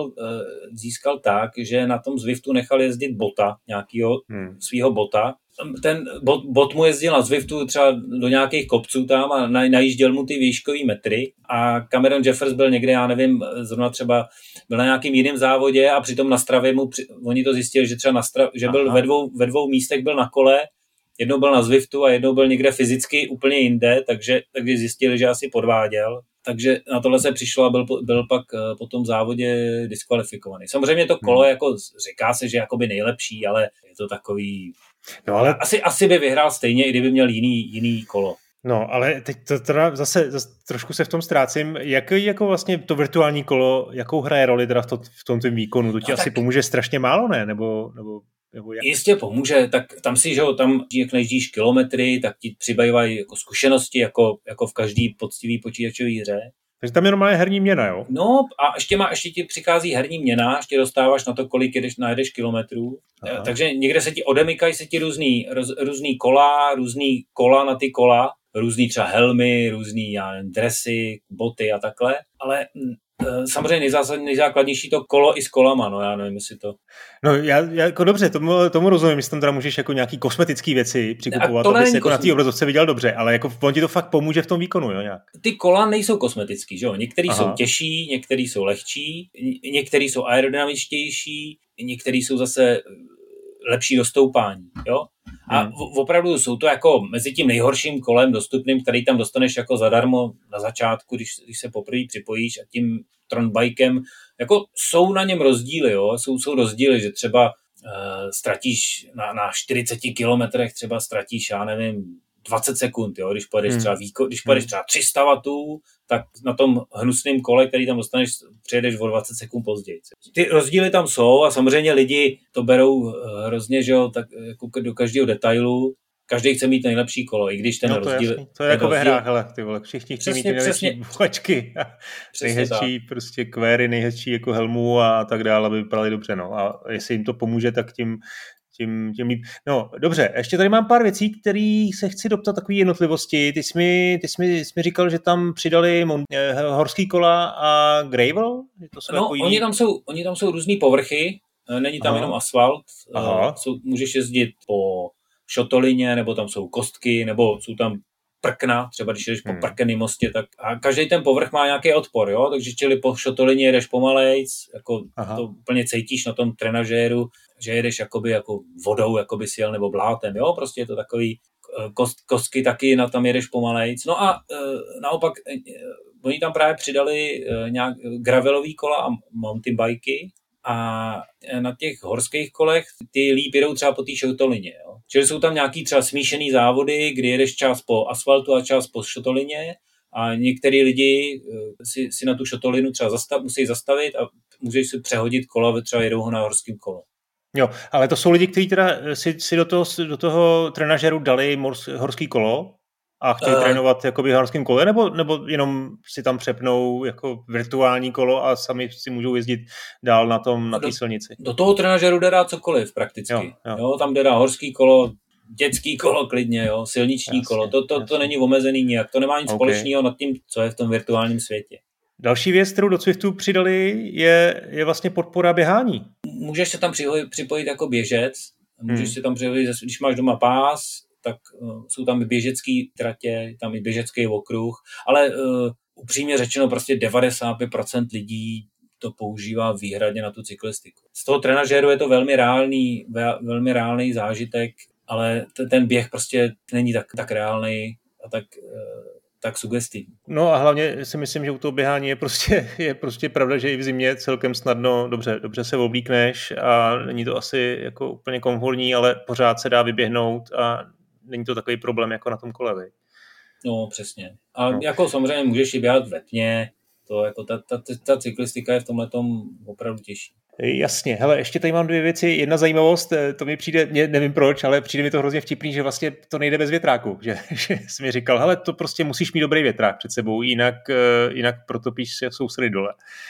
získal tak, že na tom Zwiftu nechal jezdit bota, nějakého svýho bota. Ten bot mu jezdil na Zwiftu třeba do nějakých kopců tam a najížděl mu ty výškový metry a Cameron Jeffers byl někde, já nevím, zrovna třeba byl na nějakým jiném závodě a přitom na Stravě oni to zjistili, že třeba že byl ve dvou místech byl na kole, jednou byl na Zwiftu a jednou byl někde fyzicky úplně jinde, takže zjistili, že asi podváděl. Takže na tohle se přišlo a byl pak po tom závodě diskvalifikovaný. Samozřejmě to kolo, jako říká se, že je jakoby nejlepší, ale je to takový... No, ale... Asi by vyhrál stejně, i kdyby měl jiný kolo. No, ale teď to teda zase trošku se v tom ztrácím. Jaký jako vlastně to virtuální kolo, jakou hraje roli teda v tom výkonu? To ti asi pomůže strašně málo, ne? Nebo jistě pomůže, tak tam si, že jo, tam jak nejezdíš kilometry, tak ti přibývají jako zkušenosti, jako v každý poctivý počítačové hře. Takže tam jenom má herní měna, jo? No a ještě ti přichází herní měna, ještě dostáváš na to, kolik najedeš kilometrů. Aha. Takže někde se ti odemykají různý kola na ty kola, různý třeba helmy, různý dresy, boty a takhle, ale samozřejmě nejzákladnější to kolo i s kolama, no já nevím, jestli to... No já jako dobře, tomu rozumím, jestli tam teda můžeš jako nějaký kosmetický věci přikupovat, aby jsi jako na té obrazovce viděl dobře, ale jako on ti to fakt pomůže v tom výkonu, jo nějak. Ty kola nejsou kosmetický, že jo, některý jsou těžší, některý jsou lehčí, některý jsou aerodynamičtější, některý jsou zase lepší dostoupání, jo. A opravdu jsou to jako mezi tím nejhorším kolem dostupným, který tam dostaneš jako zadarmo na začátku, když se poprvé připojíš a tím Tronbikem, jako jsou na něm rozdíly, jo, jsou rozdíly, že třeba ztratíš na 40 kilometrech třeba ztratíš, já nevím, 20 sekund, jo, když pojedeš třeba 300 W, tak na tom hnusném kole, který tam dostaneš, přijedeš o 20 sekund později. Ty rozdíly tam jsou a samozřejmě lidi to berou hrozně, že jo, tak jako do každého detailu. Každý chce mít nejlepší kolo, i když ten rozdíl... To je jako ve hrách, hele, ty vole, všichni chtějí mít nejlepší bulečky, nejhezčí prostě kvéry, nejhezčí jako helmu a tak dále, aby vypadaly dobře, no. A jestli jim to pomůže, tak tím líp. No, dobře, ještě tady mám pár věcí, které se chci doptat takové jednotlivosti. Ty jsi mi říkal, že tam přidali horský kola a gravel? Oni tam jsou různý povrchy, není tam jenom asfalt. Můžeš jezdit po šotolině, nebo tam jsou kostky, nebo jsou tam prkna, třeba když jdeš po prkeném mostě, tak a každý ten povrch má nějaký odpor, jo, takže čili po šotolině jedeš pomalejc, jako to úplně cítíš na tom trenažéru, že jedeš jako vodou, jako by si jel, nebo blátem, jo, prostě je to takový kostky taky, tam jedeš pomalejc. No a naopak oni tam právě přidali nějak gravelový kola a mountain bikey a na těch horských kolech ty líp jedou třeba po té šotolině, jo. Čili jsou tam nějaký třeba smíšený závody, kdy jedeš čas po asfaltu a čas po šotolině a některý lidi si na tu šotolinu třeba musí zastavit a můžeš si přehodit kola, třeba jedou ho na horském kole. Jo, ale to jsou lidi, kteří teda si do toho trenažeru dali horský kolo a chtějí trénovat jakoby v horském kole, nebo jenom si tam přepnou jako virtuální kolo a sami si můžou jezdit dál na té silnici? Do toho trenažeru jde dát cokoliv prakticky. Jo, tam jde dát horský kolo, dětský kolo klidně, jo, silniční kolo. To není omezený nijak. To nemá nic společného nad tím, co je v tom virtuálním světě. Další věc, kterou do Zwiftu přidali, je vlastně podpora běhání. Můžeš se tam připojit jako běžec, můžeš se tam připojit, když máš doma pás, tak jsou tam i běžecký tratě, tam i běžecký okruh, ale upřímně řečeno prostě 95% lidí to používá výhradně na tu cyklistiku. Z toho trenažéru je to velmi reálný zážitek. ale ten běh prostě není tak reálný a tak sugestivní. No a hlavně si myslím, že u toho běhání je prostě pravda, že i v zimě celkem snadno, dobře se oblíkneš a není to asi jako úplně komfortní, ale pořád se dá vyběhnout a není to takový problém jako na tom kole. Vej. No, přesně. A jako samozřejmě můžeš i běhat ve tmě, to jako ta cyklistika je v tomhletom opravdu těžší. Jasně, hele, ještě tady mám dvě věci. Jedna zajímavost, to mi přijde, nevím proč, ale přijde mi to hrozně vtipný, že vlastně to nejde bez větráku, že jsi mi říkal, hele, to prostě musíš mít dobrý větrák před sebou, jinak protopíš se sousedy dole.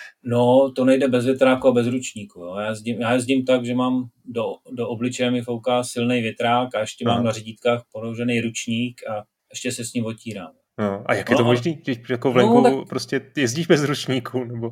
No, to nejde bez větráku a bez ručníku. Jo. Já jezdím tak, že mám do obličeje mi fouká silný větrák a ještě mám na řídítkách položený ručník a ještě se s ním otírám. No, a jak je to možný? Jako v Lenku prostě jezdíš bez ručníku? Nebo...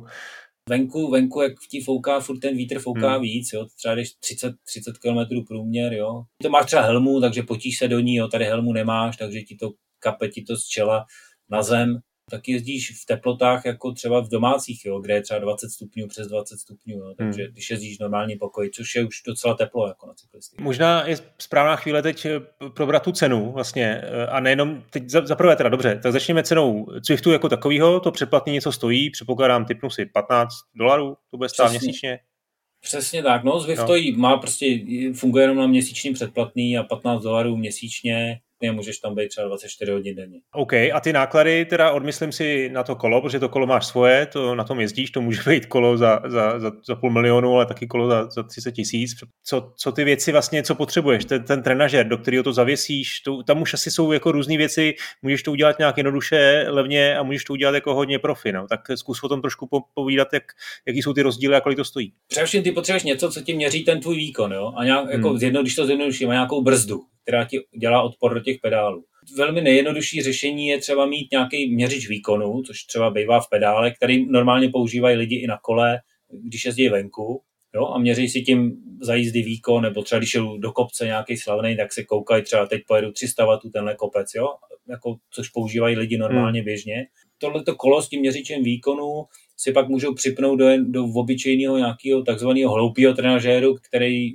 Venku, jak v tí fouká, furt ten vítr fouká víc, jo, třeba jdeš 30 km průměr, jo. To máš třeba helmu, takže potíš se do ní, jo, tady helmu nemáš, takže ti to kape ti to z čela na zem. Tak jezdíš v teplotách jako třeba v domácích, jo, kde je třeba 20 stupňů, přes 20 stupňů, jo, takže když jezdíš normální pokoj, což je už docela teplo jako na cyklistiku. Možná je správná chvíle teď probrat tu cenu vlastně a nejenom, teď zaprvé teda dobře, tak začněme cenou Zwiftu jako takového, to předplatný něco stojí, předpokládám, typnu si $15, to bude stát měsíčně. Přesně tak, no Zwift to má prostě, funguje jenom na měsíčním předplatný a $15 měsíčně, můžeš tam být třeba 24 hodin denně. OK, a ty náklady, teda odmyslím si na to kolo, protože to kolo máš svoje, to na tom jezdíš, to může být kolo za $500 000, ale taky kolo za 30 000. Co ty věci vlastně, co potřebuješ? Ten trenažer, do kterého to zavěsíš, tam už asi jsou jako různý věci, můžeš to udělat nějak jednoduše, levně a můžeš to udělat jako hodně profi. No. Tak zkus o tom trošku povídat, jaký jsou ty rozdíly a kolik to stojí. Především ty potřebuješ něco, co ti měří ten tvůj výkon, jo? A nějak, jako když to zjednoduším, má nějakou brzdu, která ti dělá odpor do těch pedálů. Velmi nejjednodušší řešení je třeba mít nějaký měřič výkonu, což třeba bývá v pedále, který normálně používají lidi i na kole, když jezdí venku, jo, a měří si tím za jízdy výkon, nebo třeba když jdu do kopce nějaký slavný, tak se koukají, třeba teď pojedu 300 W tenhle kopec, jo, jako, což používají lidi normálně běžně. Tohleto kolo s tím měřičem výkonu si pak můžou připnout do obyčejného nějakého takzvaného hloupého trenažéru, který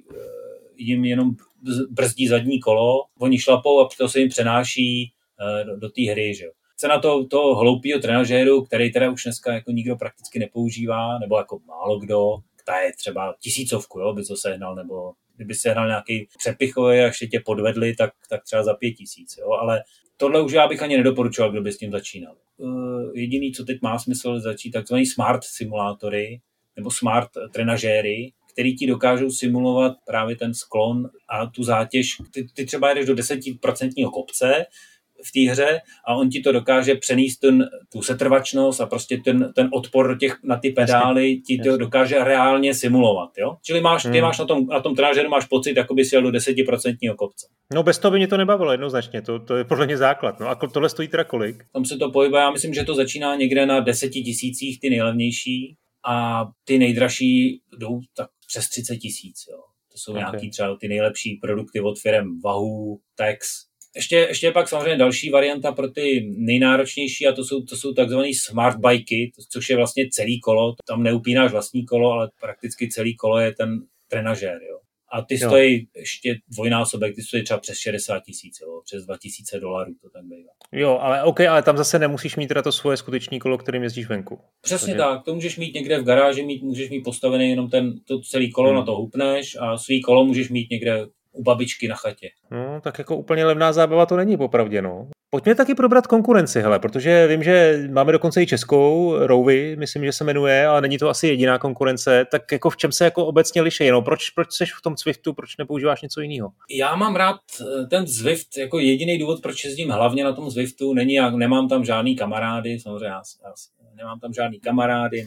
jim jenom brzdí zadní kolo, oni šlapou a to se jim přenáší do té hry. Že? Cena toho hloupého trenažéru, který teda už dneska jako nikdo prakticky nepoužívá, nebo jako málo kdo, ta je třeba 1000, jo, by to sehnal, nebo kdyby sehnal nějaký přepichový a ještě tě podvedli, tak třeba za 5000. Jo? Ale tohle už já bych ani nedoporučoval, kdo by s tím začínal. Jediný, co teď má smysl začít, takzvaný smart simulátory, nebo smart trenažéry, který ti dokážou simulovat právě ten sklon a tu zátěž. Ty třeba jdeš do 10% kopce v té hře a on ti to dokáže přenést tu setrvačnost a prostě ten odpor na ty pedály ti to dokáže reálně simulovat. Jo? Čili ty máš na tom trenažéru máš pocit, jako by si jel do 10% kopce. No bez toho by mě to nebavilo jednoznačně, to je podle mě základ. No a tohle stojí teda kolik? Tam se to pohybuje, já myslím, že to začíná někde na 10 000, ty nejlevnější, a ty nejdražší jdou tak přes 30 000. Jo. To jsou nějaký třeba ty nejlepší produkty od firem Wahoo, Tex. Ještě je pak samozřejmě další varianta pro ty nejnáročnější a to jsou takzvané smart bikey, což je vlastně celý kolo. Tam neupínáš vlastní kolo, ale prakticky celý kolo je ten trenažér. Jo. A ty stojí ještě dvojnásobek, ty stojí třeba přes 60 000, přes $2000 to tak bývá. Jo, ale OK, ale tam zase nemusíš mít teda to svoje skutečné kolo, kterým jezdíš venku. Přesně tak, to můžeš mít někde v garáži, můžeš mít postavený jenom to celý kolo, na to hupneš a svý kolo můžeš mít někde u babičky na chatě. No, tak jako úplně levná zábava to není popravdě, no. Pojďme taky probrat konkurenci, hele, protože vím, že máme dokonce i českou, Rouvy, myslím, že se jmenuje, ale není to asi jediná konkurence, tak jako v čem se jako obecně liší, no, proč seš v tom Zwiftu, proč nepoužíváš něco jiného? Já mám rád ten Zwift, jako jediný důvod, proč jezdím hlavně na tom Zwiftu, nemám tam žádný kamarády, samozřejmě já nemám tam žádný kamarády,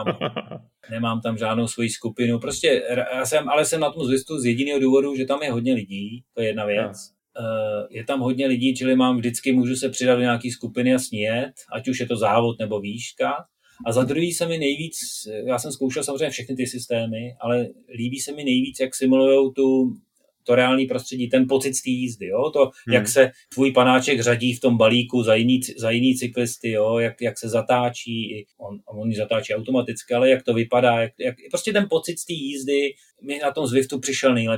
nemám tam žádnou svoji skupinu, prostě ale jsem na tom Zwiftu z jediného důvodu, že tam je hodně lidí, to je jedna věc. Je tam hodně lidí, čili můžu se přidat do nějaký skupiny a sníjet, ať už je to závod nebo výška. A za druhý se mi nejvíc, já jsem zkoušel samozřejmě všechny ty systémy, ale líbí se mi nejvíc, jak simulujou to reální prostředí, ten pocit z té jízdy, jo? Jak se tvůj panáček řadí v tom balíku za jiný cyklisty, jo? Jak se zatáčí, on zatáčí automaticky, ale jak to vypadá, jak prostě ten pocit z té jízdy mi na tom Zwiftu přišel nejlepší.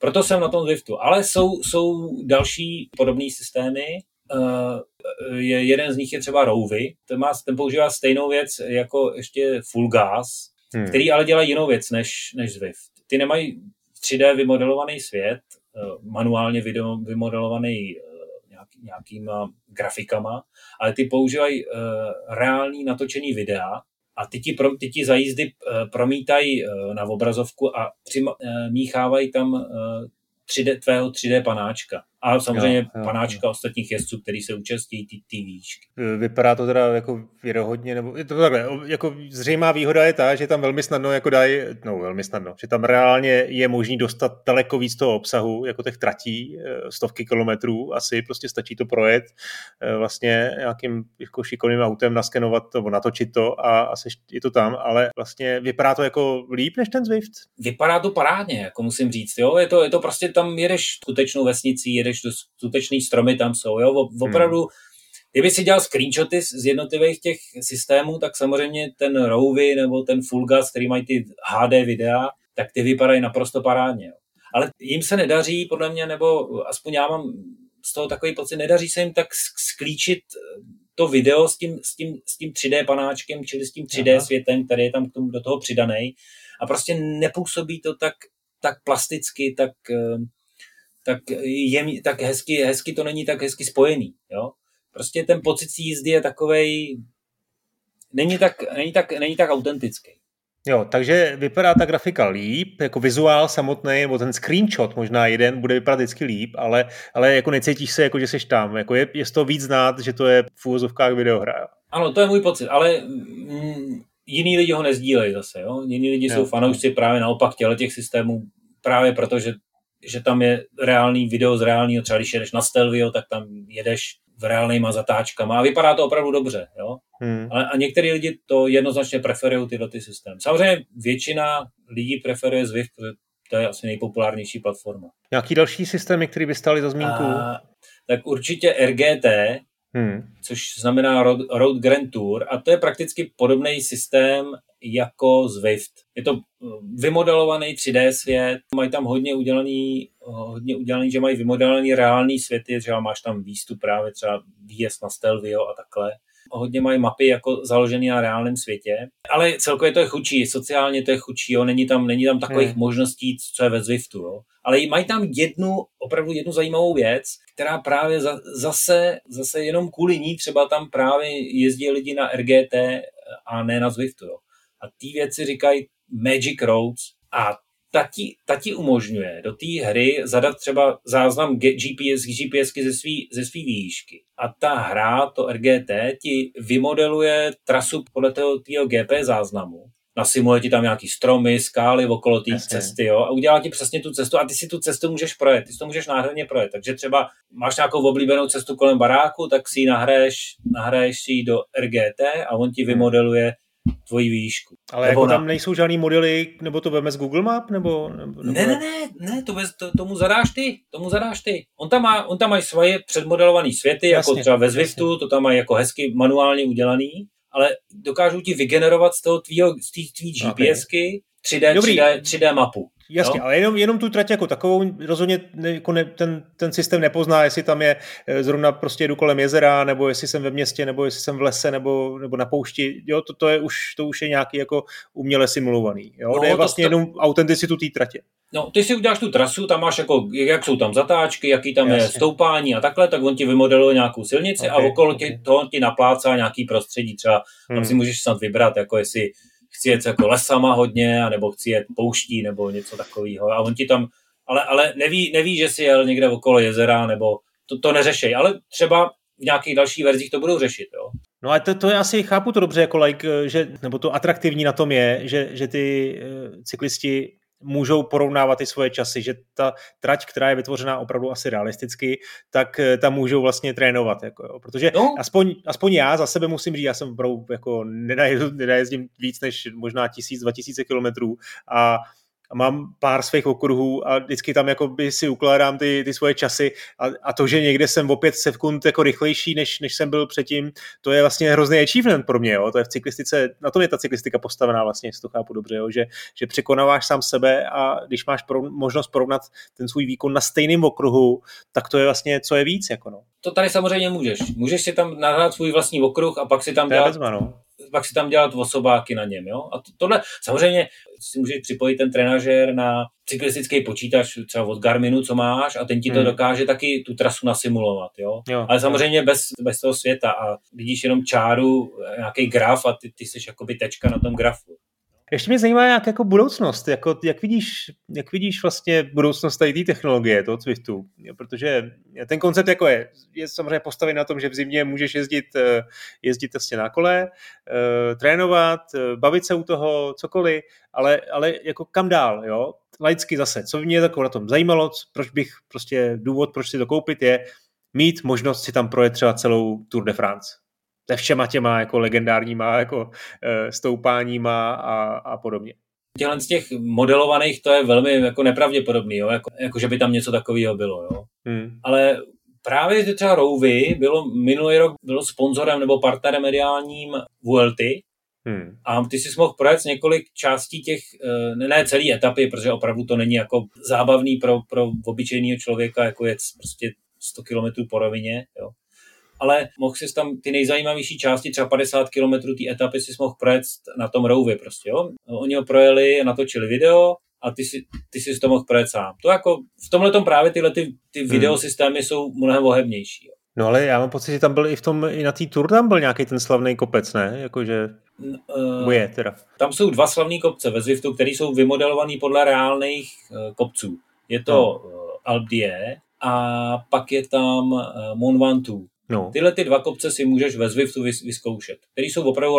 Proto jsem na tom Zwiftu. Ale jsou další podobné systémy. Jeden z nich je třeba Rouvy. Ten používá stejnou věc jako ještě Full Gas, který ale dělá jinou věc než Zwift. Ty nemají 3D vymodelovaný svět, manuálně vymodelovaný nějakýma grafikama, ale ty používají reální natočený videa a ty ti za jízdy promítají na obrazovku a míchávají tam tvého 3D panáčka. A samozřejmě panáčka ostatních jezdců, který se účastní té výšky. Vypadá to teda jako věrohodně, nebo je to takhle, jako zřejmá výhoda je ta, že tam velmi snadno že tam reálně je možný dostat daleko víc toho obsahu, jako těch tratí, stovky kilometrů, asi prostě stačí to projet vlastně nějakým jako šikovným autem, naskenovat to, natočit to a asi je to tam, ale vlastně vypadá to jako líp než ten Zwift? Vypadá to parádně, jako musím říct, jo, je to prostě tam jedeš skutečnou vesnici, jedeš do skutečný stromy tam jsou, jo, opravdu, kdyby si dělal screenshoty z jednotlivých těch systémů, tak samozřejmě ten Rouvy nebo ten Full Gas, který mají ty HD videa, tak ty vypadají naprosto parádně, jo. Ale jim se nedaří, podle mě, nebo aspoň já mám z toho takový pocit, nedaří se jim tak sklíčit to video s tím 3D panáčkem, čili s tím 3D světem, který je tam do toho přidaný. A prostě nepůsobí to tak plasticky, tak hezky to není tak hezky spojený. Jo? Prostě ten pocit jízdy je takovej, není tak autentický. Jo, takže vypadá ta grafika líp, jako vizuál samotný, nebo ten screenshot možná jeden bude vypadat vždycky líp, ale jako necítíš se, jako že seš tam, jako je z toho víc znát, že to je v úvozovkách videohra. Ano, to je můj pocit, ale jiní lidi ho nezdílejí zase, jo? Jiní lidi jsou fanoušci právě naopak těch systémů, právě proto, že tam je reálný video z reálného, třeba když jedeš na Stelvio, tak tam jedeš v reálnýma zatáčkama a vypadá to opravdu dobře, jo? A některý lidi to jednoznačně preferují tyhle systémy. Samozřejmě většina lidí preferuje Zwift, protože to je asi nejpopulárnější platforma. Nějaký další systémy, který by stály za zmínku? Tak určitě RGT, což znamená Road Grand Tour, a to je prakticky podobný systém jako Zwift. Je to vymodelovaný 3D svět, mají tam hodně udělaný, že mají vymodelovaný reální světy, že máš tam výstup právě třeba výjezd na Stelvio a takhle. Hodně mají mapy jako založený na reálném světě, ale celkově to je chudší, sociálně to je chudší, jo? Není tam takových možností, co je ve Zwiftu. Jo? Ale mají tam opravdu jednu zajímavou věc, která právě zase jenom kvůli ní třeba tam právě jezdí lidi na RGT a ne na Zwiftu. Jo? A ty věci říkají Magic Roads a ta ti umožňuje do té hry zadat třeba záznam GPSky ze svý výšky. A ta hra, to RGT, ti vymodeluje trasu podle toho GPS záznamu. Nasimuluje ti tam nějaký stromy, skály okolo té cesty, jo, a udělá ti přesně tu cestu a ty si tu cestu můžeš projet, ty si to můžeš nádherně projet. Takže třeba máš nějakou oblíbenou cestu kolem baráku, tak si ji nahraješ si ji do RGT a on ti vymodeluje tvoji výšku. Ale jako tam nejsou žádný modely, nebo to veme z Google Map, nebo... Ne, tomu zadáš ty. On tam mají svoje předmodelované světy, jasně, jako třeba ve Zwiftu, to tam mají jako hezky manuálně udělaný, ale dokážou ti vygenerovat z tvý GPSky 3D mapu. Jasně, no? Ale jenom tu trať jako takovou rozhodně jako ten systém nepozná, jestli tam je zrovna prostě jedu kolem jezera, nebo jestli jsem ve městě, nebo jestli jsem v lese, nebo na poušti. Jo, to už je nějaký jako uměle simulovaný. Jo? No, je vlastně jenom autenticitu té tratě. No, ty si uděláš tu trasu, tam máš jako, jak jsou tam zatáčky, jaký tam je stoupání a takhle, tak on ti vymodeluje nějakou silnici a okolo toho ti naplácá nějaký prostředí, třeba tam si můžeš snad vybrat, jako jestli chci jet jako lesama hodně, anebo chci jet pouští, nebo něco takového. A on ti tam, ale neví, že si jel někde okolo jezera, nebo to neřešej, ale třeba v nějakých dalších verzích to budou řešit, jo. No a to já asi chápu to dobře, jako nebo to atraktivní na tom je, že ty cyklisti můžou porovnávat i svoje časy, že ta trať, která je vytvořená opravdu asi realisticky, tak tam můžou vlastně trénovat. Jako, jo. Protože aspoň já za sebe musím říct, já jsem opravdu jako nenajezdím víc než možná 1000-2000 kilometrů a a mám pár svých okruhů a vždycky tam jakoby si ukládám ty svoje časy a to, že někde jsem o 5 sekund jako rychlejší, než jsem byl předtím, to je vlastně hrozný achievement pro mě, jo? To je v cyklistice, na tom je ta cyklistika postavená vlastně, jestli to chápu dobře, jo? Že překonáváš sám sebe a když máš možnost porovnat ten svůj výkon na stejném okruhu, tak to je vlastně, co je víc, jako no. To tady samozřejmě můžeš. Můžeš si tam nahrát svůj vlastní okruh a pak si tam dělat, pak si tam dělat osobáky na něm, jo. A tohle samozřejmě si můžeš připojit ten trenažér na cyklistický počítač třeba od Garminu, co máš, a ten ti to dokáže taky tu trasu nasimulovat, jo. Ale samozřejmě bez toho světa a vidíš jenom čáru, nějaký graf a ty jsi jakoby tečka na tom grafu. Ještě mě zajímá nějak jako budoucnost, jak vidíš vlastně budoucnost tady té technologie, toho Zwiftu, protože ten koncept jako je samozřejmě postavený na tom, že v zimě můžeš jezdit vlastně na kole, trénovat, bavit se u toho, cokoliv, ale jako kam dál, jo? Laicky zase, co mě jako na tom zajímalo, důvod, proč si to koupit, je mít možnost si tam projet třeba celou Tour de France. Se všema těma jako legendárníma jako stoupáníma a podobně. Těchhle z těch modelovaných to je velmi jako nepravděpodobný, jo? Jako že by tam něco takového bylo. Jo? Ale právě třeba Rouvy minulý rok bylo sponzorem nebo partnerem mediálním Vuelty a ty si mohl projet několik částí těch, ne celý etapy, protože opravdu to není jako zábavný pro obyčejného člověka, jako je prostě 100 km po rovině, jo. Ale mohl si tam ty nejzajímavější části, třeba 50 km té etapy si mohl projet na tom Rouvy prostě, jo. Oni ho projeli a natočili video a ty si to mohl projet sám. To jako v tomhletom právě tyhle ty videosystémy jsou mnohem ohebnější. Jo. No ale já mám pocit, že tam byl i na té Tour tam byl nějaký ten slavný kopec, ne? Jakože je teda. Tam jsou 2 slavný kopce ve Zwiftu, které jsou vymodelovaný podle reálných kopců. Je to Alpe d'Huez a pak je tam Mont Ventoux. No. Tyhle ty 2 kopce si můžeš ve Zwiftu vyzkoušet, které jsou opravdu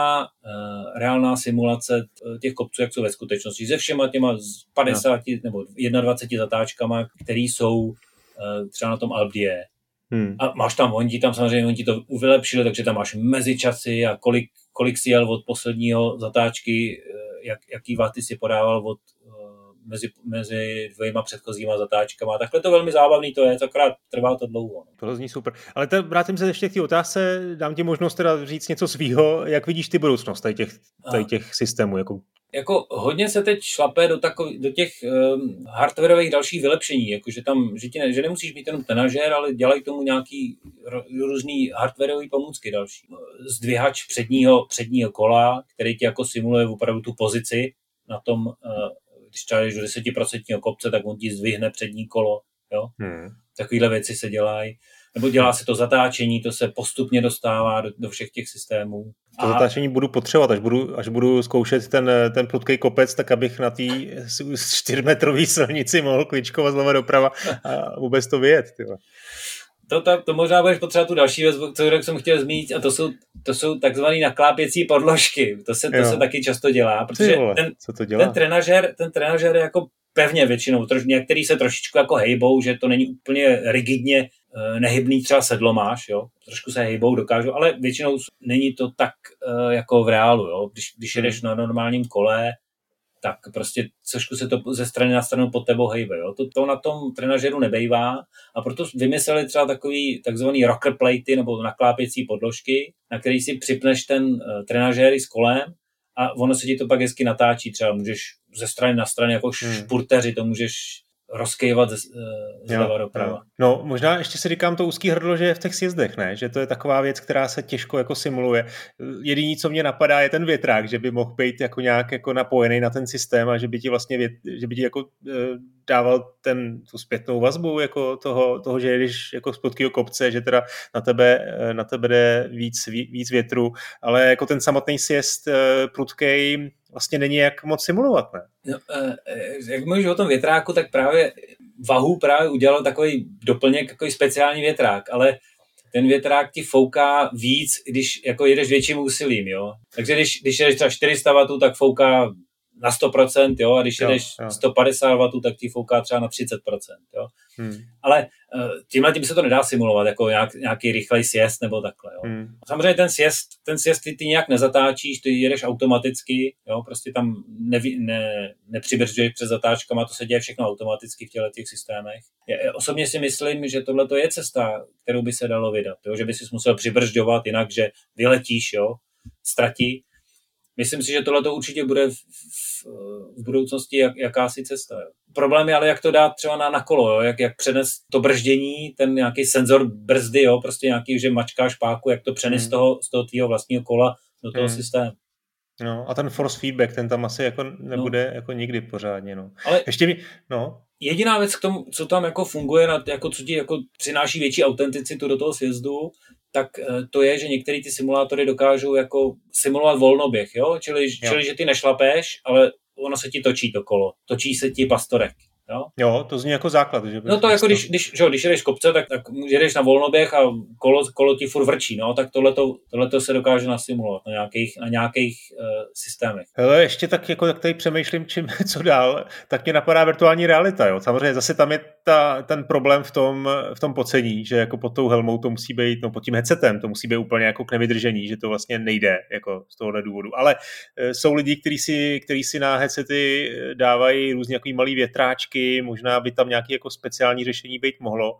reálná simulace těch kopců, jak jsou ve skutečnosti, se všema těma 50 nebo 21 zatáčkama, které jsou třeba na tom Alpe d'Huez. A máš tam, oni ti to vylepšili, takže tam máš mezičasy a kolik si jel od posledního zatáčky, jaký vaty si podával mezi 2 předchozíma zatáčkama. Takhle to velmi zábavný to je, akorát trvá to dlouho. To zní super. Ale vrátím se ještě k té otázce, dám ti možnost teda říct něco svýho, jak vidíš ty budoucnost tady těch systémů? Jako hodně se teď šlape do těch hardwareových dalších vylepšení, jakože tam, že nemusíš mít jenom trenažér, ale dělají tomu nějaký různý hardwareový pomůcky další. Zdvihač předního kola, který ti jako simuluje opravdu tu pozici na tom, když třeba jdeš do 10% kopce, tak on ti zdvihne přední kolo. Jo? Takovýhle věci se dělají. Nebo dělá se to zatáčení, to se postupně dostává do všech těch systémů. To zatáčení budu potřebovat, až budu zkoušet ten prudký kopec, tak abych na té 4metrové silnici mohl kličkovat zleva doprava a vůbec to vyjet. Tyhle. To možná budeš potřebovat tu další věc, co jsem chtěl zmínit, a to jsou takzvané naklápěcí podložky. To se taky často dělá, protože ten trenažér je jako pevně většinou, některý se trošičku jako hejbou, že to není úplně rigidně nehybný, třeba sedlo máš, jo, trošku se hejbou, dokážou, ale většinou není to tak jako v reálu, jo, když jedeš na normálním kole, tak prostě trošku se to ze strany na stranu pod tebou hejbe, jo, to na tom trenažéru nebejvá a proto vymysleli třeba takový takzvaný rocker platey nebo naklápěcí podložky, na který si připneš ten trenažér s kolem a ono se ti to pak hezky natáčí, třeba můžeš ze strany na stranu jako špurteři, to můžeš rozkejvat zleva doprava. No, možná ještě si říkám to úzký hrdlo, že je v těch sjezdech, ne? Že to je taková věc, která se těžko jako simuluje. Jediný, co mě napadá, je ten větrák, že by mohl být jako nějak jako napojený na ten systém a že by ti vlastně jako dával tu zpětnou vazbu jako toho, že jedeš jako z prudkého kopce, že teda na tebe jde víc větru, ale jako ten samotný sjezd prudkej vlastně není jak moc simulovat, ne? No, jak mluvíš o tom větráku, tak právě Wahoo právě udělal takový doplněk, takový speciální větrák, ale ten větrák ti fouká víc, když jako jedeš větším úsilím, jo. Takže když jedeš třeba 400 W, tak fouká na 100%, jo, a když jedeš 150 W, tak ti fouká třeba na 30%, jo. Ale tímhle tím se to nedá simulovat, jako nějaký rychlej sjezd nebo takhle, jo. Samozřejmě ten sjezd ty nějak nezatáčíš, ty jedeš automaticky, jo, prostě tam nepřibržďuješ před zatáčkama, to se děje všechno automaticky v těch systémech. Já osobně si myslím, že tohle to je cesta, kterou by se dalo vydat, jo, že by si musel přibržďovat, jinak, že vyletíš, jo, ztratí. Myslím si, že tohle to určitě bude v budoucnosti jakási cesta. Jo. Problém je ale, jak to dát třeba na kolo, jo? Jak přenes to brždění, ten nějaký senzor brzdy, jo? Prostě nějaký, že mačkáš páku, jak to přenes z toho tvýho vlastního kola do toho systému. No a ten force feedback, ten tam asi jako nebude jako nikdy pořádně. No. Ale ještě jediná věc k tomu, co tam jako funguje, jako co ti jako přináší větší autenticitu do toho sjezdu, tak to je, že některé ty simulátory dokážou jako simulovat volnoběh, jo? Čili že ty nešlapeš, ale ono se ti točí to kolo. Točí se ti pastorek. Jo, to zní jako základ. Že no to jako když jedeš z kopce, tak jedeš na volnoběh a kolo ti furt vrčí, no, tak tohleto se dokáže nasimulovat na nějakých systémech. Hele, ještě tak tady přemýšlím, co dál, tak mě napadá virtuální realita, jo. Samozřejmě zase tam je ten problém v tom pocení, že jako pod tou helmou to musí být, no pod tím headsetem to musí být úplně jako k nevydržení, že to vlastně nejde jako z tohohle důvodu. Ale jsou lidi, kteří si na headsety dávají různě jako malý větráčky, možná by tam nějaké jako speciální řešení být mohlo.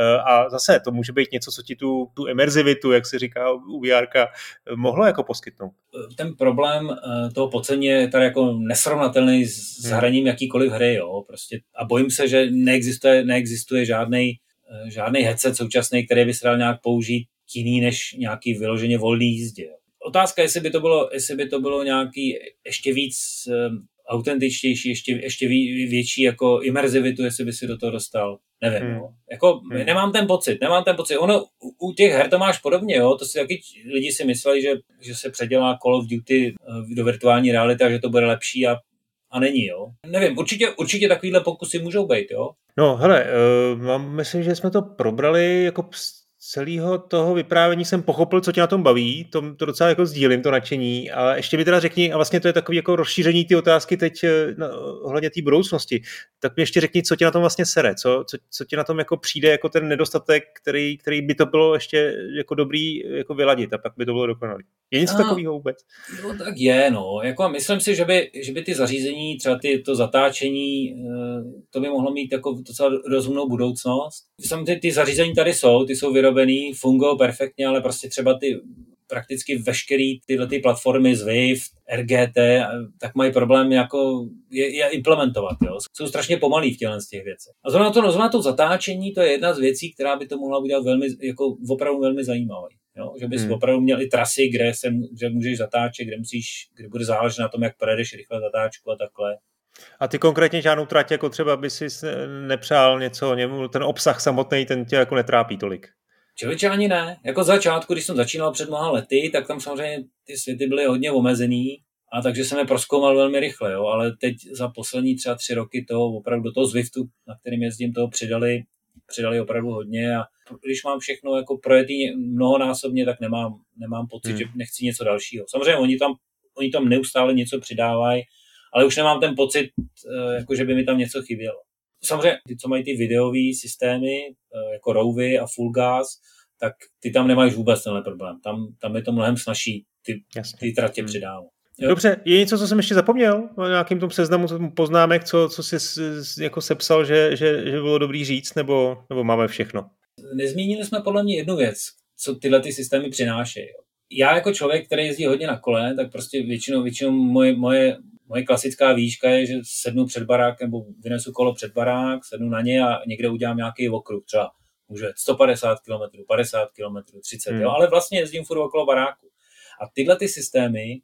A zase to může být něco, co ti tu imerzivitu, jak se říká u VR-ka, mohlo jako poskytnout. Ten problém toho pocení je tady jako nesrovnatelný s hraním jakýkoliv hry, jo, prostě. A bojím se, že neexistuje žádný headset současný, který by se dal nějak použít jiný než nějaký vyloženě volný jízdě. Otázka, jestli by to bylo nějaký ještě víc autentičtější, ještě větší jako imerzivitu, jestli by si do toho dostal. Nevím, jo. Jako nemám ten pocit. Ono u těch her to máš podobně, jo. To si taky lidi si mysleli, že se předělá Call of Duty do virtuální reality a že to bude lepší a není, jo. Nevím, určitě takovýhle pokusy můžou být, jo. No, hele, myslím, že jsme to probrali jako celého toho vyprávění jsem pochopil, co tě na tom baví, to docela jako sdílím, to nadšení, ale ještě mi teda řekni, a vlastně to je takový jako rozšíření ty otázky teď ohledně té budoucnosti, tak mi ještě řekni, co tě na tom vlastně sere, co tě na tom jako přijde jako ten nedostatek, který by to bylo ještě jako dobrý jako vyladit a pak by to bylo dokonalý. Je něco takového vůbec? No tak je, no. Jako myslím si, že by ty zařízení, třeba to zatáčení, to by mohlo mít jako docela rozumnou budoucnost. Ty zařízení tady jsou, ty jsou vyrobený, fungují perfektně, ale prostě třeba prakticky veškerý tyhle platformy Zwift, RGT, tak mají problém jako je implementovat, jo. Jsou strašně pomalý v těch věcech. A zrovna to zatáčení, to je jedna z věcí, která by to mohla udělat jako opravdu velmi zajímavý. Jo? Že bys opravdu měl i trasy, kde můžeš zatáčet, kde bude záležet na tom, jak projedeš rychle zatáčku a takhle. A ty konkrétně žádnou trať, jako třeba by si nepřál něco, ten obsah samotný, ten tě jako netrápí tolik? Člověče ani ne. Jako začátku, když jsem začínal před mnoha lety, tak tam samozřejmě ty světy byly hodně omezený, a takže jsem je prozkoumal velmi rychle, jo? Ale teď za poslední třeba 3 roky toho opravdu do toho Zwiftu, na kterým jezdím, toho přidali opravdu hodně a když mám všechno jako projetý mnohonásobně, tak nemám pocit, že nechci něco dalšího. Samozřejmě oni tam neustále něco přidávají, ale už nemám ten pocit, jako že by mi tam něco chybělo. Samozřejmě ty, co mají ty videové systémy, jako Rouvy a Full Gas, tak ty tam nemají vůbec tenhle problém. Tam je to mnohem snazší ty tratě přidávat. Dobře, je něco, co jsem ještě zapomněl o nějakým tom seznamu poznámek, co jsi jako sepsal, že bylo dobrý říct, nebo máme všechno? Nezmínili jsme podle mě jednu věc, co tyhle ty systémy přinášejí. Já jako člověk, který jezdí hodně na kole, tak prostě většinou moje klasická výška je, že sednu před barák nebo vynesu kolo před barák, sednu na ně a někde udělám nějaký okruh, třeba můžu jet 150 km, 50 km, 30, jo, ale vlastně jezdím furt okolo baráku. A tyhle ty systémy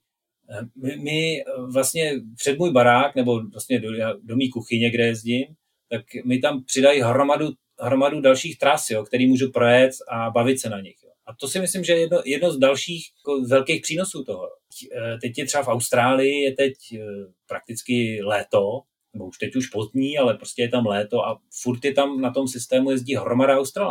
my vlastně před můj barák nebo vlastně do mý kuchyně, kde jezdím, tak mi tam přidají hromadu dalších tras, jo, který můžu projet a bavit se na nich. Jo. A to si myslím, že je jedno z dalších jako velkých přínosů toho. Teď je třeba v Austrálii, je teď prakticky léto, nebo už teď už pozdní, ale prostě je tam léto a furt je tam na tom systému jezdí hromada Australanů.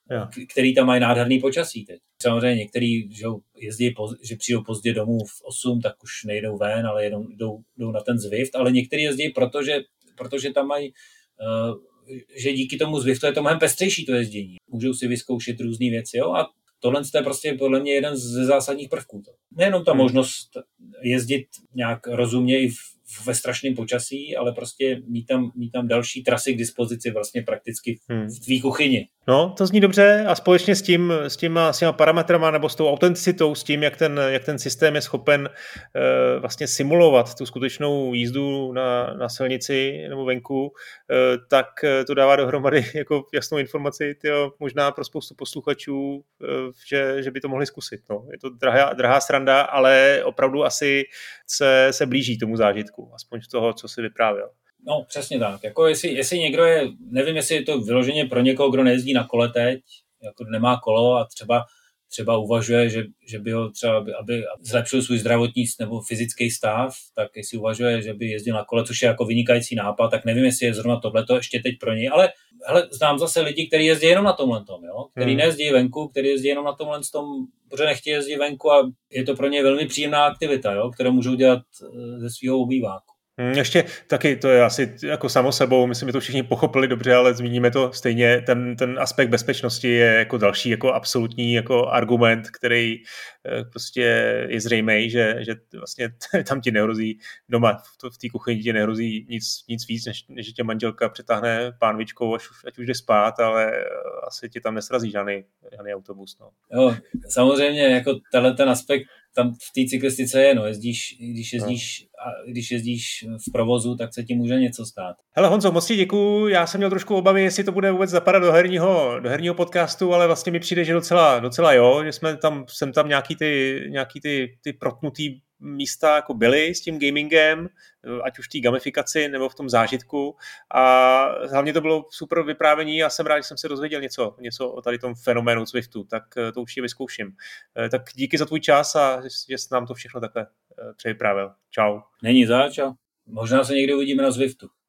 který tam mají nádherný počasí teď. Samozřejmě některý, že jezdí, že přijdou pozdě domů v 8, tak už nejdou ven, ale jdou na ten Zwift, ale některý jezdí, protože tam mají, že díky tomu Zwiftu je to mnohem pestřejší to jezdění. Můžou si vyzkoušet různé věci, jo, a tohle je prostě podle mě jeden ze zásadních prvků. Nejenom ta možnost jezdit nějak rozumně i ve strašném počasí, ale prostě mít tam další trasy k dispozici vlastně prakticky v tvý kuchyni. No, to zní dobře a společně s těma parametrama nebo s tou autenticitou, s tím, jak ten systém je schopen vlastně simulovat tu skutečnou jízdu na silnici nebo venku, tak to dává dohromady jako jasnou informaci, možná pro spoustu posluchačů, že by to mohli zkusit. No. Je to drahá sranda, ale opravdu asi se blíží tomu zážitku, aspoň z toho, co si vyprávěl. No, přesně tak. Jako jestli někdo je, nevím, jestli je to vyloženě pro někoho, kdo nejezdí na kole teď, jako nemá kolo a třeba uvažuje, že by ho třeba, aby zlepšil svůj zdravotní nebo fyzický stav, tak jestli uvažuje, že by jezdil na kole, což je jako vynikající nápad, tak nevím, jestli je zrovna tohleto ještě teď pro něj, ale hele, znám zase lidi, kteří jezdí jenom na tomhletom, jo? Který nejezdí venku, který jezdí jenom na tomhle protože nechtějí jezdit venku a je to pro ně velmi příjemná aktivita, jo? Kterou můžou dělat ze svého obýváku. Ještě taky, to je asi jako samo sebou, myslím, že to všichni pochopili dobře, ale zmíníme to stejně, ten aspekt bezpečnosti je jako další jako absolutní jako argument, který prostě je zřejmý, že vlastně tam ti nehrozí doma, v té kuchyni ti nehrozí nic víc, než tě manželka přetáhne pánvičkou, ať už jde spát, ale asi ti tam nesrazí žádný autobus. No. Jo, samozřejmě jako ten aspekt tam v té cyklistice je, no, když jezdíš v provozu, tak se ti může něco stát. Hele Honzo, moc ti děkuju, já jsem měl trošku obavy, jestli to bude vůbec zapadat do herního podcastu, ale vlastně mi přijde, že docela jo, že jsem tam nějaký ty protnutý místa jako byly s tím gamingem, ať už v té gamifikaci nebo v tom zážitku a hlavně to bylo super vyprávění a jsem rád, že jsem se dozvěděl něco o tady tom fenoménu Zwiftu, tak to určitě vyzkouším. Tak díky za tvůj čas a že jsi nám to všechno takhle převyprávěl. Čau. Není zač, možná se někdy uvidíme na Zwiftu.